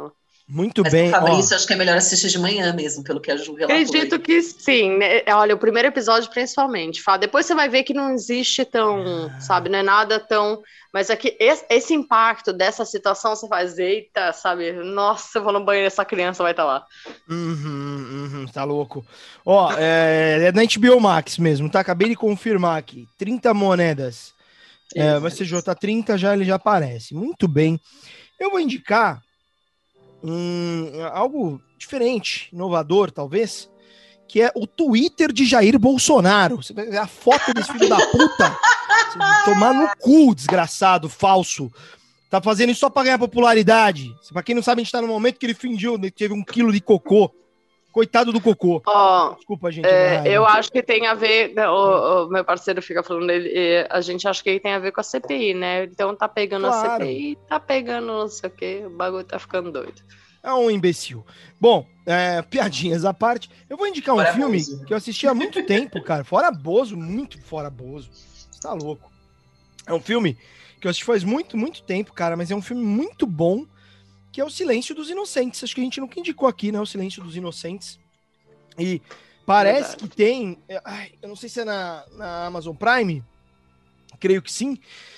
A: Muito
C: Mas
A: bem.
C: o Fabrício,
A: ó,
C: acho que é melhor assistir de manhã mesmo, pelo que a Ju relatou.
B: Acredito
C: aí.
B: que sim, né? Olha, o primeiro episódio principalmente, Fá. Depois você vai ver que não existe tão, sabe, não é nada tão... Mas é que esse, esse impacto dessa situação, você faz, eita, sabe? Nossa, eu vou no banheiro, essa criança vai estar lá.
A: Uhum, uhum, tá louco. Ó, é, é da H B O Max mesmo, tá? Acabei de confirmar aqui. trinta moedas. É, vai ser J trinta, já ele já aparece. Muito bem. Eu vou indicar um, algo diferente, inovador, talvez, que é o Twitter de Jair Bolsonaro. Você vai ver a foto desse filho da puta. Você vai tomar no cu, desgraçado, falso. Tá fazendo isso só pra ganhar popularidade. Pra quem não sabe, a gente tá no momento que ele fingiu, né, que teve um quilo de cocô. Coitado do cocô.
B: Ó,
A: Desculpa, gente.
B: é,
A: é
B: eu acho que tem a ver, né, o, o meu parceiro fica falando dele, e a gente acha que tem a ver com a C P I, né? Então tá pegando
A: Claro.
B: a C P I, tá pegando não sei o que, o bagulho tá ficando doido.
A: É um imbecil. Bom, é, piadinhas à parte, eu vou indicar um
C: Fora
A: filme
C: Bozo.
A: que eu assisti há muito tempo, cara. Fora Bozo, muito fora Bozo. Você tá louco. É um filme que eu assisti faz muito, muito tempo, cara, mas é um filme muito bom, que é O Silêncio dos Inocentes. Acho que a gente nunca indicou aqui, né? O Silêncio dos Inocentes. E parece
B: Verdade.
A: que tem... Ai, eu não sei se é na, na Amazon Prime, creio que sim,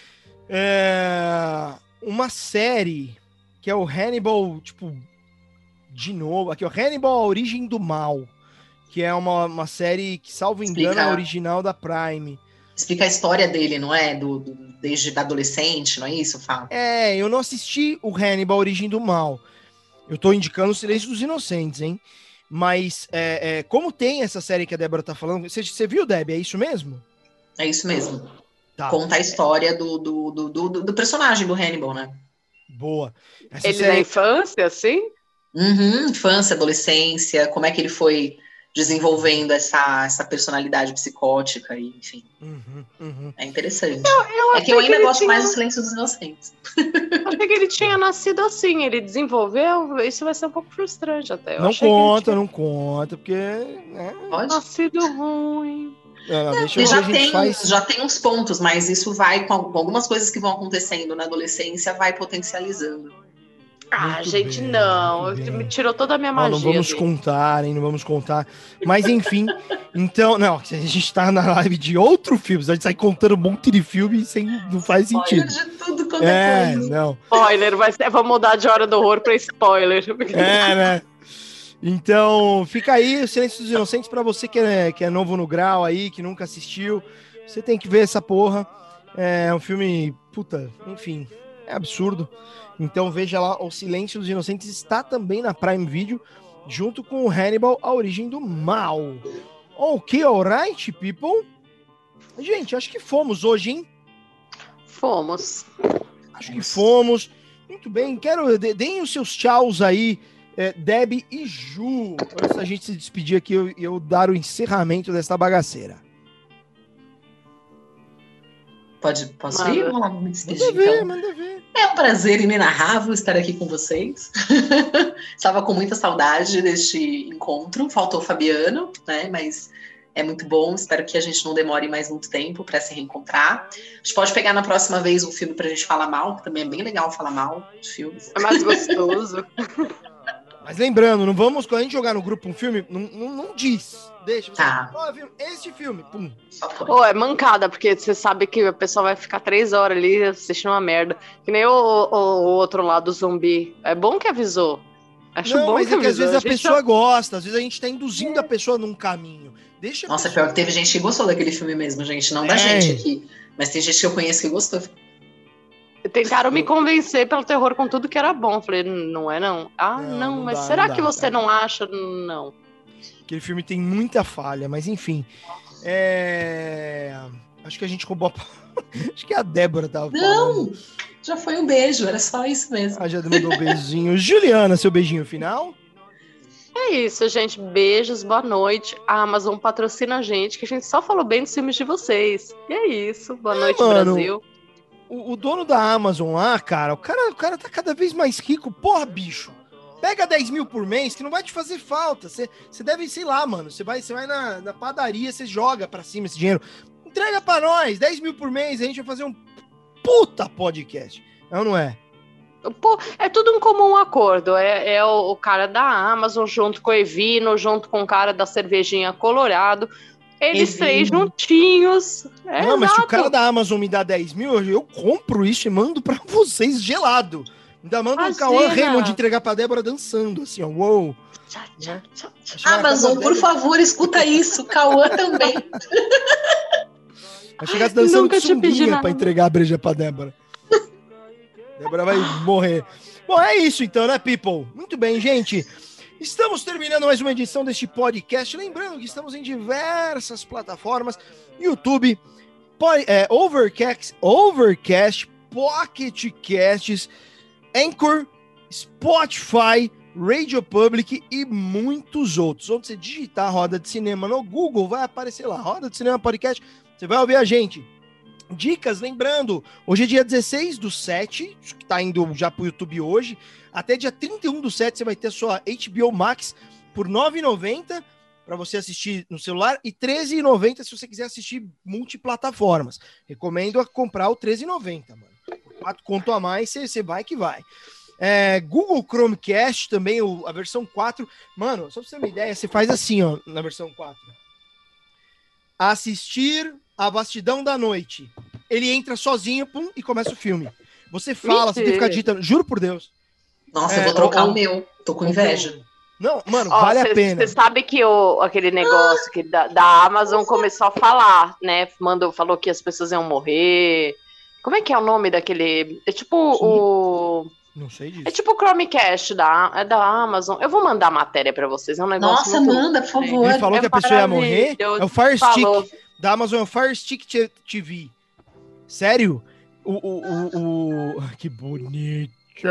A: é, uma série que é o Hannibal, tipo, de novo, aqui, o Hannibal, A Origem do Mal, que é uma, uma série que, salvo engano,
C: Explica.
A: é original da Prime.
C: Explica a história dele, não é? Do, do, desde adolescente, não é isso, Fá?
A: É, eu não assisti o Hannibal, A Origem do Mal. Eu tô indicando O Silêncio dos Inocentes, hein? Mas, é, é, como tem essa série que a Débora tá falando, você, você viu, Deb? É isso mesmo?
C: É isso mesmo.
A: Tá.
C: Conta a história do, do, do, do, do personagem do Hannibal, né?
A: Boa. Essa
B: Ele na
A: série...
B: infância, assim?
C: Uhum, infância, adolescência, como é que ele foi desenvolvendo essa, essa personalidade psicótica, e, enfim.
A: Uhum, uhum.
C: É interessante.
B: Eu
C: É que eu
B: achei
C: ainda
B: ele
C: gosto
B: tinha-
C: mais do Silêncio dos Inocentes.
B: Achei que ele tinha nascido assim, ele desenvolveu, isso vai ser um pouco frustrante até. Eu
A: Não
B: achei que ele
A: conta,
B: tinha
A: não conta, porque... né?
C: Pode?
B: nascido ruim.
A: Não, não, deixa
C: Ele
A: eu ver,
C: já
A: a gente
C: tem,
A: faz...
C: já tem uns pontos, mas isso vai, com algumas coisas que vão acontecendo na adolescência, vai potencializando.
B: Ah,
A: Muito
B: gente,
A: bem,
B: não.
A: muito bem.
B: Me tirou toda a minha
A: Ó,
B: magia.
A: não vamos
B: dele.
A: contar, hein? Não vamos contar. Mas enfim, então, não, a gente tá na live de outro filme, a gente sai contando um monte de filme sem não faz
C: Olha
A: sentido.
C: de tudo quanto é
A: É,
C: coisa.
A: não.
B: Spoiler, vai ser, vamos mudar de hora do horror pra spoiler.
A: É, né? Então, fica aí o Silêncio dos Inocentes pra você que é, que é novo no grau aí, que nunca assistiu. Você tem que ver essa porra. É um filme, puta, enfim, é absurdo. Então veja lá, O Silêncio dos Inocentes está também na Prime Video, junto com o Hannibal, A Origem do Mal. Ok, alright, people? Gente, acho que fomos hoje, hein?
B: Fomos.
A: Acho que fomos. Muito bem, quero, de- deem os seus tchauz aí, é, Deb e Ju, antes da gente se despedir aqui, eu, eu dar o encerramento desta bagaceira.
C: Pode, posso
B: Manda.
C: ir? Vamos lá, me despedir,
A: Manda ver,
C: então.
A: manda ver.
C: É um prazer inenarrável estar aqui com vocês. Estava com muita saudade deste encontro. Faltou o Fabiano, né? Mas é muito bom. Espero que a gente não demore mais muito tempo para se reencontrar. A gente pode pegar na próxima vez um filme para a gente falar mal, que também é bem legal falar mal de filmes.
B: É mais gostoso.
A: Mas lembrando, não vamos, quando a gente jogar no grupo um filme, não, não, não diz. Deixa você.
C: Tá.
A: Ó, viu? Este filme, pum.
C: Só põe.
B: Pô, é mancada, porque você sabe que a pessoa vai ficar três horas ali assistindo uma merda. Que nem o, o- o outro lado do zumbi. É bom que avisou. Acho
A: Não,
B: bom
A: mas
B: que
A: é que às
B: avisou.
A: vezes a
B: gente
A: pessoa
B: já-
A: gosta, às vezes a gente tá induzindo a pessoa num caminho. Deixa a
C: Nossa,
A: pessoa...
C: pior que teve gente que gostou daquele filme mesmo, gente. Não da
A: É.
C: gente aqui. Mas tem gente que eu conheço que gostou.
B: Tentaram me convencer pelo terror com tudo que era bom. Eu falei, não é não. Ah,
A: Não,
B: não,
A: não
B: mas
A: dá,
B: será
A: não
B: que
A: dá,
B: você
A: tá.
B: não acha? Não.
A: Aquele filme tem muita falha, mas enfim. É... Acho que a gente roubou a... Acho que a Débora tava falando.
C: Não! Já foi um beijo, era só isso mesmo.
A: Ah, já mandou um beijinho. Juliana, seu beijinho final?
B: É isso, gente. Beijos, boa noite. A Amazon patrocina a gente, que a gente só falou bem dos filmes de vocês. E é isso. Boa noite,
A: mano.
B: Brasil.
A: O, o dono da Amazon lá, cara, o cara, o cara tá cada vez mais rico. Porra, bicho. Pega dez mil por mês que não vai te fazer falta. Você você deve, sei lá, mano. Você vai, você vai na, na padaria, você joga pra cima esse dinheiro. Entrega pra nós, dez mil por mês, a gente vai fazer um puta podcast. É ou não é?
B: Pô, é tudo um comum acordo. É, é o, o cara da Amazon junto com o Evino, junto com o cara da cervejinha Colorado. Eles
C: Evino.
B: três juntinhos. É,
A: Não, mas se o
B: exato.
A: cara da Amazon me dá dez mil, eu compro isso e mando pra vocês gelado. Ainda mando um
B: Imagina.
A: Cauã Raymond entregar pra Débora dançando, assim, ó. Uou.
B: Tchá, tchá, tchá, tchá.
A: Vai chegar na
C: Amazon,
A: casa
C: por
A: dela,
C: favor, escuta isso. Cauã também.
A: vai chegar dançando
B: Nunca
A: de
B: te pedi
A: sunguinha
B: nada.
A: pra entregar a breja pra Débora. Débora vai morrer. Bom, é isso então, né, people? Muito bem, gente. Estamos terminando mais uma edição deste podcast. Lembrando que estamos em diversas plataformas. YouTube, po- é, Overcast, Overcast, Pocket Casts, Anchor, Spotify, Radio Public e muitos outros. Onde você digitar Roda de Cinema no Google, vai aparecer lá. Roda de Cinema Podcast, você vai ouvir a gente. Dicas, lembrando, hoje é dia dezesseis do sete, que tá indo já pro YouTube hoje, até dia trinta e um do sete você vai ter a sua H B O Max por nove reais e noventa centavos para você assistir no celular e treze reais e noventa centavos se você quiser assistir multiplataformas. Recomendo a comprar o treze reais e noventa centavos, mano. Por quatro conto a mais, você, você vai que vai. É, Google Chromecast também, o, a versão quatro. Mano, só pra você ter uma ideia, você faz assim, ó, na versão quatro. Assistir a Vastidão da Noite. Ele entra sozinho, pum, e começa o filme. Você fala, você tem que ficar digitando. Juro por Deus.
C: Nossa,
A: É,
C: eu vou trocar
A: ou-
C: o meu. Tô com inveja.
A: Não, mano,
B: Ó,
A: vale
B: cê,
A: a pena.
B: Você sabe que o, aquele negócio que da, da Amazon começou a falar, né? Mandou, falou que as pessoas iam morrer. Como é que é o nome daquele? É tipo o.
A: Não sei disso.
B: É tipo o Chromecast da, é da Amazon. Eu vou mandar a matéria pra vocês. É um negócio
C: Nossa,
B: muito
C: manda, por
B: louco,
C: favor.
A: Ele falou
B: É
A: que a pessoa ia morrer.
B: maravilhoso.
A: É o Fire
B: Falou.
A: Stick. Da Amazon é o Fire Stick T V. Sério? O, o, o, o... Que bonitinha.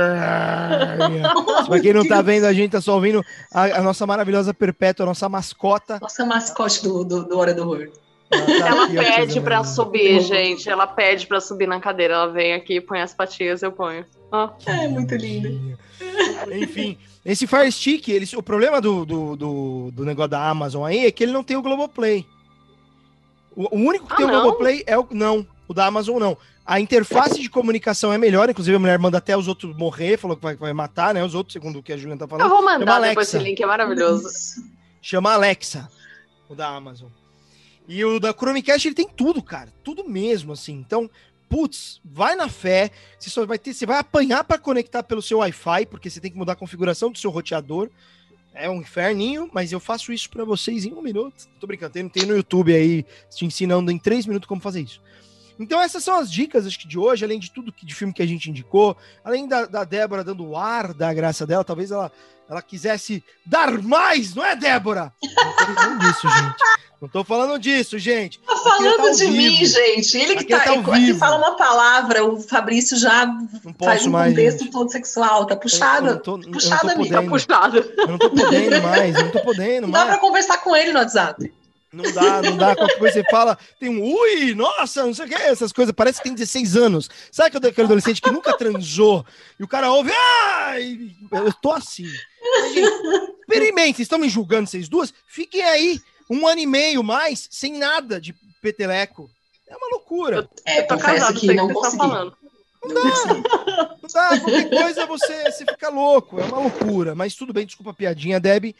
A: Pra quem não tá vendo, a gente tá só ouvindo a, a nossa maravilhosa Perpétua, a nossa mascota.
C: Nossa mascote do, do, do Hora do Horror.
A: Ela, tá
B: Ela
A: aqui, ó,
B: pede
A: coisa
B: pra
A: linda.
B: subir, gente. Ela pede pra subir na cadeira. Ela vem aqui, põe as patinhas, eu ponho. Ó.
C: É muito linda.
A: Enfim, esse Fire Stick, ele, o problema do, do, do, do negócio da Amazon aí é que ele não tem o Globoplay. O, o único que
B: Ah,
A: tem
B: não?
A: o Globoplay é o. Não, o da Amazon não. A interface de comunicação é melhor, inclusive a mulher manda até os outros morrer, falou que vai, vai matar, né? Os outros, segundo o que a Juliana tá
B: Eu
A: falando.
B: vou
A: Chama
B: mandar depois
A: Alexa.
B: esse link, é maravilhoso.
A: Chama Alexa, o da Amazon. E o da Chromecast, ele tem tudo, cara. Tudo mesmo, assim. Então, putz, vai na fé. Você só vai ter, você vai apanhar para conectar pelo seu Wi-Fi, porque você tem que mudar a configuração do seu roteador. É um inferninho, mas eu faço isso para vocês em um minuto. Tô brincando, tem, tem no YouTube aí, te ensinando em três minutos como fazer isso. Então essas são as dicas, acho que de hoje, além de tudo que, de filme que a gente indicou, além da, da Débora dando o ar da graça dela, talvez ela, ela quisesse dar mais, não é, Débora? Não tô falando disso, gente. Não tô falando disso, gente.
C: Tá
A: Aqui ele tá
C: falando
A: ao
C: de
A: vivo.
C: mim, gente. Ele que
A: Aqui ele
C: tá,
A: tá ao
C: ele
A: vivo.
C: fala uma palavra, o Fabrício já
A: Não
C: faz
A: posso
C: um
A: mais,
C: contexto
A: gente.
C: todo sexual. Tá
A: Eu, eu
C: puxada.
A: não tô, eu não
C: puxada,
A: tô
C: amiga.
B: Tá
A: podendo.
B: puxado.
A: Eu não tô podendo mais, eu não tô podendo
C: Não dá
A: mais.
C: pra conversar com ele no WhatsApp.
A: Não dá, não dá. Qualquer coisa você fala, tem um ui, nossa, não sei o que, essas coisas. Parece que tem dezesseis anos. Sabe aquele aquele adolescente que nunca transou e o cara ouve, ai, eu tô assim. Mas, gente, experimentem, vocês estão me julgando, vocês duas? Fiquem aí um ano e meio mais sem nada de peteleco. É uma loucura.
C: É,
B: Eu tô
C: confesso
B: casado,
C: que
B: sei
C: não
B: o que você tá
C: consegui.
B: falando.
C: Não consegui.
A: Não dá, qualquer coisa você, você fica louco. É uma loucura. Mas tudo bem, desculpa a piadinha, Debbie.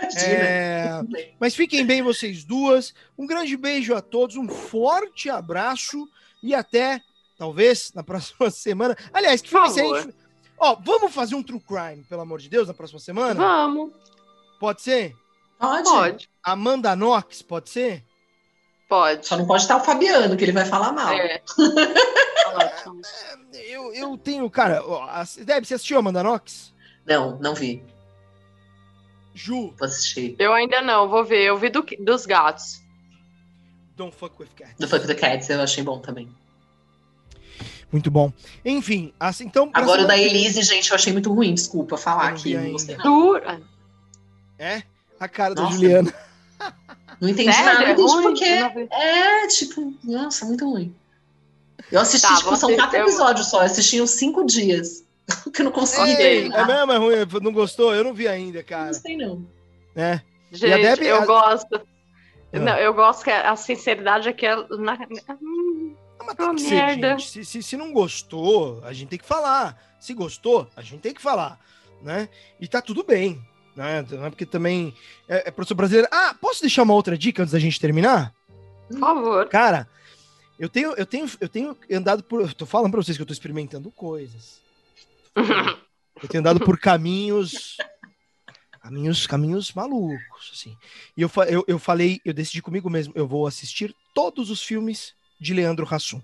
A: É, mas fiquem bem vocês duas. Um grande beijo a todos, um forte abraço e até, talvez, na próxima semana. Aliás, que filme
B: Por
A: se a
B: favor.
A: gente... Ó, vamos fazer um True Crime, pelo amor de Deus, na próxima semana?
B: Vamos.
A: Pode ser?
C: Pode.
B: Pode.
A: Amanda Knox, pode ser?
B: Pode.
C: Só não pode estar o Fabiano, que ele vai falar mal.
B: É. Ótimo.
A: Eu, eu tenho, cara... Ó, a- Debbie, você assistiu Amanda Knox?
C: Não, não vi.
A: Ju,
C: Vou assistir.
B: Eu ainda não, vou ver. Eu vi do- dos gatos.
A: Don't Fuck With Cats.
C: Do Fuck the Cats eu achei bom também.
A: Muito bom. Enfim, assim, então... pra
C: Agora o
A: semana
C: da
A: que vem-
C: Elise, gente, eu achei muito ruim. Desculpa falar
A: Eu não
C: aqui.
A: vi
C: Não,
A: ainda.
C: gostei, não.
B: Dura.
A: É? A cara da
C: Nossa.
A: Juliana.
C: Não entendi
B: Sério?
C: nada,
B: É
C: entendi
B: ruim?
C: porque
B: Eu não vi.
C: é, tipo, nossa, muito ruim. Eu assisti,
B: Tá,
C: tipo, são
B: você-
C: quatro
B: eu-
C: episódios só, eu assisti em uns cinco dias. Que eu não consegui
A: Ei,
C: terminar.
A: é mesmo, é ruim, não gostou? Eu não vi ainda,
C: Não
A: cara.
C: gostei, não.
A: É.
B: Gente,
A: E a Debbie-
B: eu
A: a-
B: gosto.
A: Ah.
B: Não, eu gosto que a sinceridade aqui é. Na... Hum,
A: Ah, mas tem
B: Oh,
A: que
B: merda.
A: ser, gente. Se, se, se não gostou, a gente tem que falar. Se gostou, a gente tem que falar, né? E tá tudo bem, né? Não é porque também é, é professor brasileiro. Ah, posso deixar uma outra dica antes da gente terminar?
B: Por favor.
A: Cara, eu tenho, eu tenho, eu tenho andado por. Eu tô falando pra vocês que eu tô experimentando coisas. Eu tenho andado por caminhos. Caminhos, caminhos malucos, assim. E eu, eu, eu falei, eu decidi comigo mesmo, eu vou assistir todos os filmes de Leandro Hassum.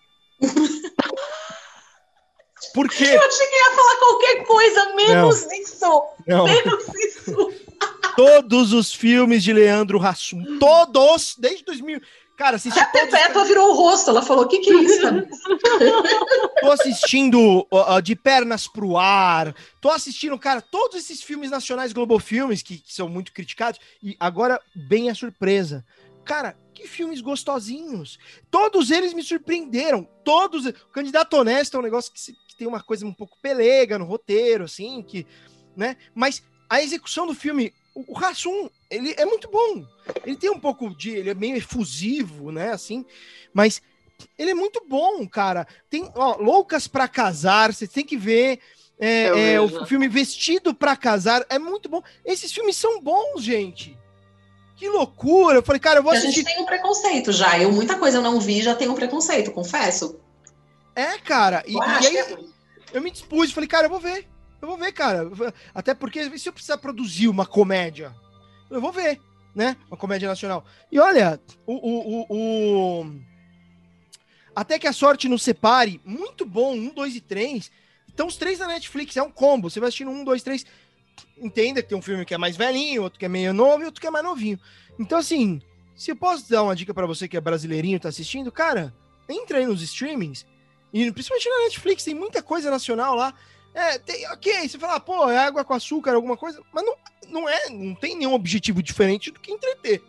A: Por quê?
C: Eu achei que ia falar qualquer coisa, menos não, isso.
A: Não.
C: Menos isso.
A: Todos os filmes de Leandro Hassum. Todos, desde dois mil. Cara, assisti
C: a
A: todos.
C: Perpétua virou o rosto. Ela falou: o que, que é isso, Fabrício?
A: Tô assistindo uh, De Pernas pro Ar. Tô assistindo, cara, todos esses filmes nacionais Globo Filmes, que, que são muito criticados. E agora, bem a surpresa. Cara, que filmes gostosinhos. Todos eles me surpreenderam. Todos. O Candidato Honesto é um negócio que, se, que tem uma coisa um pouco pelega no roteiro, assim, que, né? Mas a execução do filme, o, o Hassum, ele é muito bom. Ele tem um pouco de... Ele é meio efusivo, né, assim. Mas ele é muito bom, cara. Tem, ó, Loucas pra Casar, você tem que ver. É, é, o filme Vestido pra Casar é muito bom. Esses filmes são bons, gente. Que loucura! Eu falei, cara, eu vou assistir.
C: A gente tem um preconceito já. Eu, muita coisa eu não vi, já tenho um preconceito, confesso.
A: É, cara. E,
C: eu,
A: e aí, é eu me dispus, falei, cara, eu vou ver. Eu vou ver, cara. Até porque, se eu precisar produzir uma comédia, eu vou ver, né? Uma comédia nacional. E olha, o... o, o, o... Até que a Sorte nos separe, muito bom, um, dois e três. Então, os três da Netflix, é um combo. Você vai assistindo um, dois, três... Entenda que tem um filme que é mais velhinho, outro que é meio novo e outro que é mais novinho. Então, assim, se eu posso dar uma dica pra você que é brasileirinho e tá assistindo, cara, entra aí nos streamings, e principalmente na Netflix, tem muita coisa nacional lá. É, tem, ok, você fala, pô, é água com açúcar, alguma coisa, mas não, não é, não tem nenhum objetivo diferente do que entreter.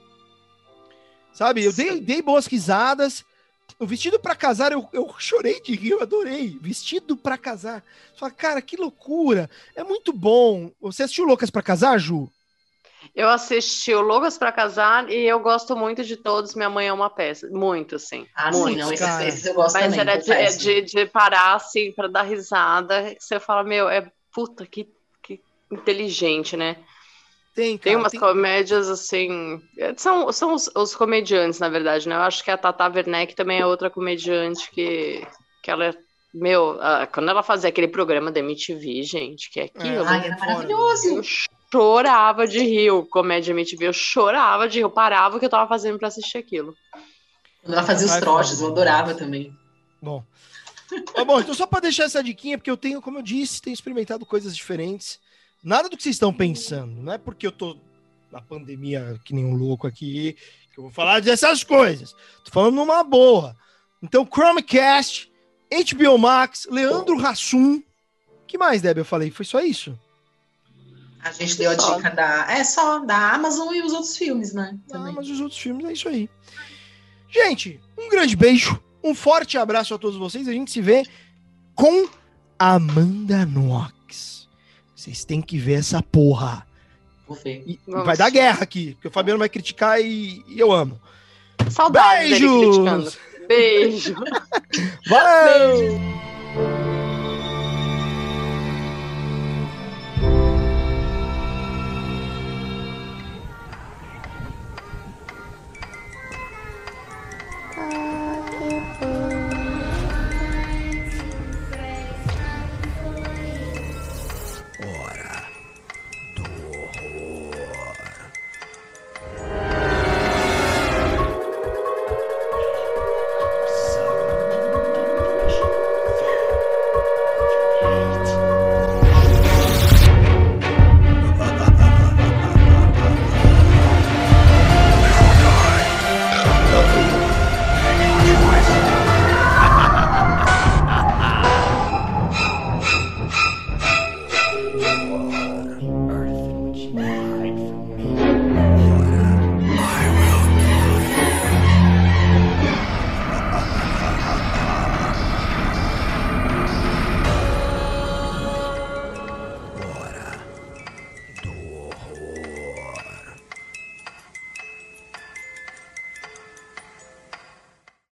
A: Sabe, eu dei, dei boas risadas. O Vestido pra Casar, eu, eu chorei de rir, eu adorei. Vestido pra Casar. Fala, cara, que loucura. É muito bom. Você assistiu Loucas pra Casar, Ju?
B: Eu assisti o Loucas pra Casar e eu gosto muito de todos. Minha Mãe é uma Peça. Muito, assim.
C: Ah,
B: muito.
C: sim, não, esses, esses eu gosto
B: Mas
C: também.
B: Mas era de, de, de parar, assim, pra dar risada. Que você fala, meu, é puta, que, que inteligente, né?
A: Tem, cara,
B: tem umas
A: tem...
B: comédias, assim... São, são os, os comediantes, na verdade, né? Eu acho que a Tata Werneck também é outra comediante que, que ela é... Meu, a, quando ela fazia aquele programa da M T V, gente, que é aquilo...
C: É, ai, era maravilhoso!
B: Eu chorava de rir, o Comédia M T V, eu chorava de rir, eu parava o que eu tava fazendo pra assistir aquilo.
C: Quando ela fazia os trotes, eu adorava também.
A: Bom. Ah, bom, então só pra deixar essa diquinha, porque eu tenho, como eu disse, tenho experimentado coisas diferentes. Nada do que vocês estão pensando. Não é porque eu tô na pandemia que nem um louco aqui que eu vou falar dessas coisas. Tô falando numa boa. Então, Chromecast, H B O Max, Leandro Hassum. O que mais, Debbie, eu falei? Foi só isso?
C: A gente deu a só. dica da... É só, da Amazon e os outros filmes, né?
A: Ah, mas os outros filmes, é isso aí. Gente, um grande beijo. Um forte abraço a todos vocês. A gente se vê com Amanda Knox. Vocês têm que ver essa porra.
C: Vou ver.
A: E vai dar guerra aqui, porque o Fabiano vai criticar e, e eu amo.
B: Saudades dele criticando. Beijo.
A: Valeu! Beijo.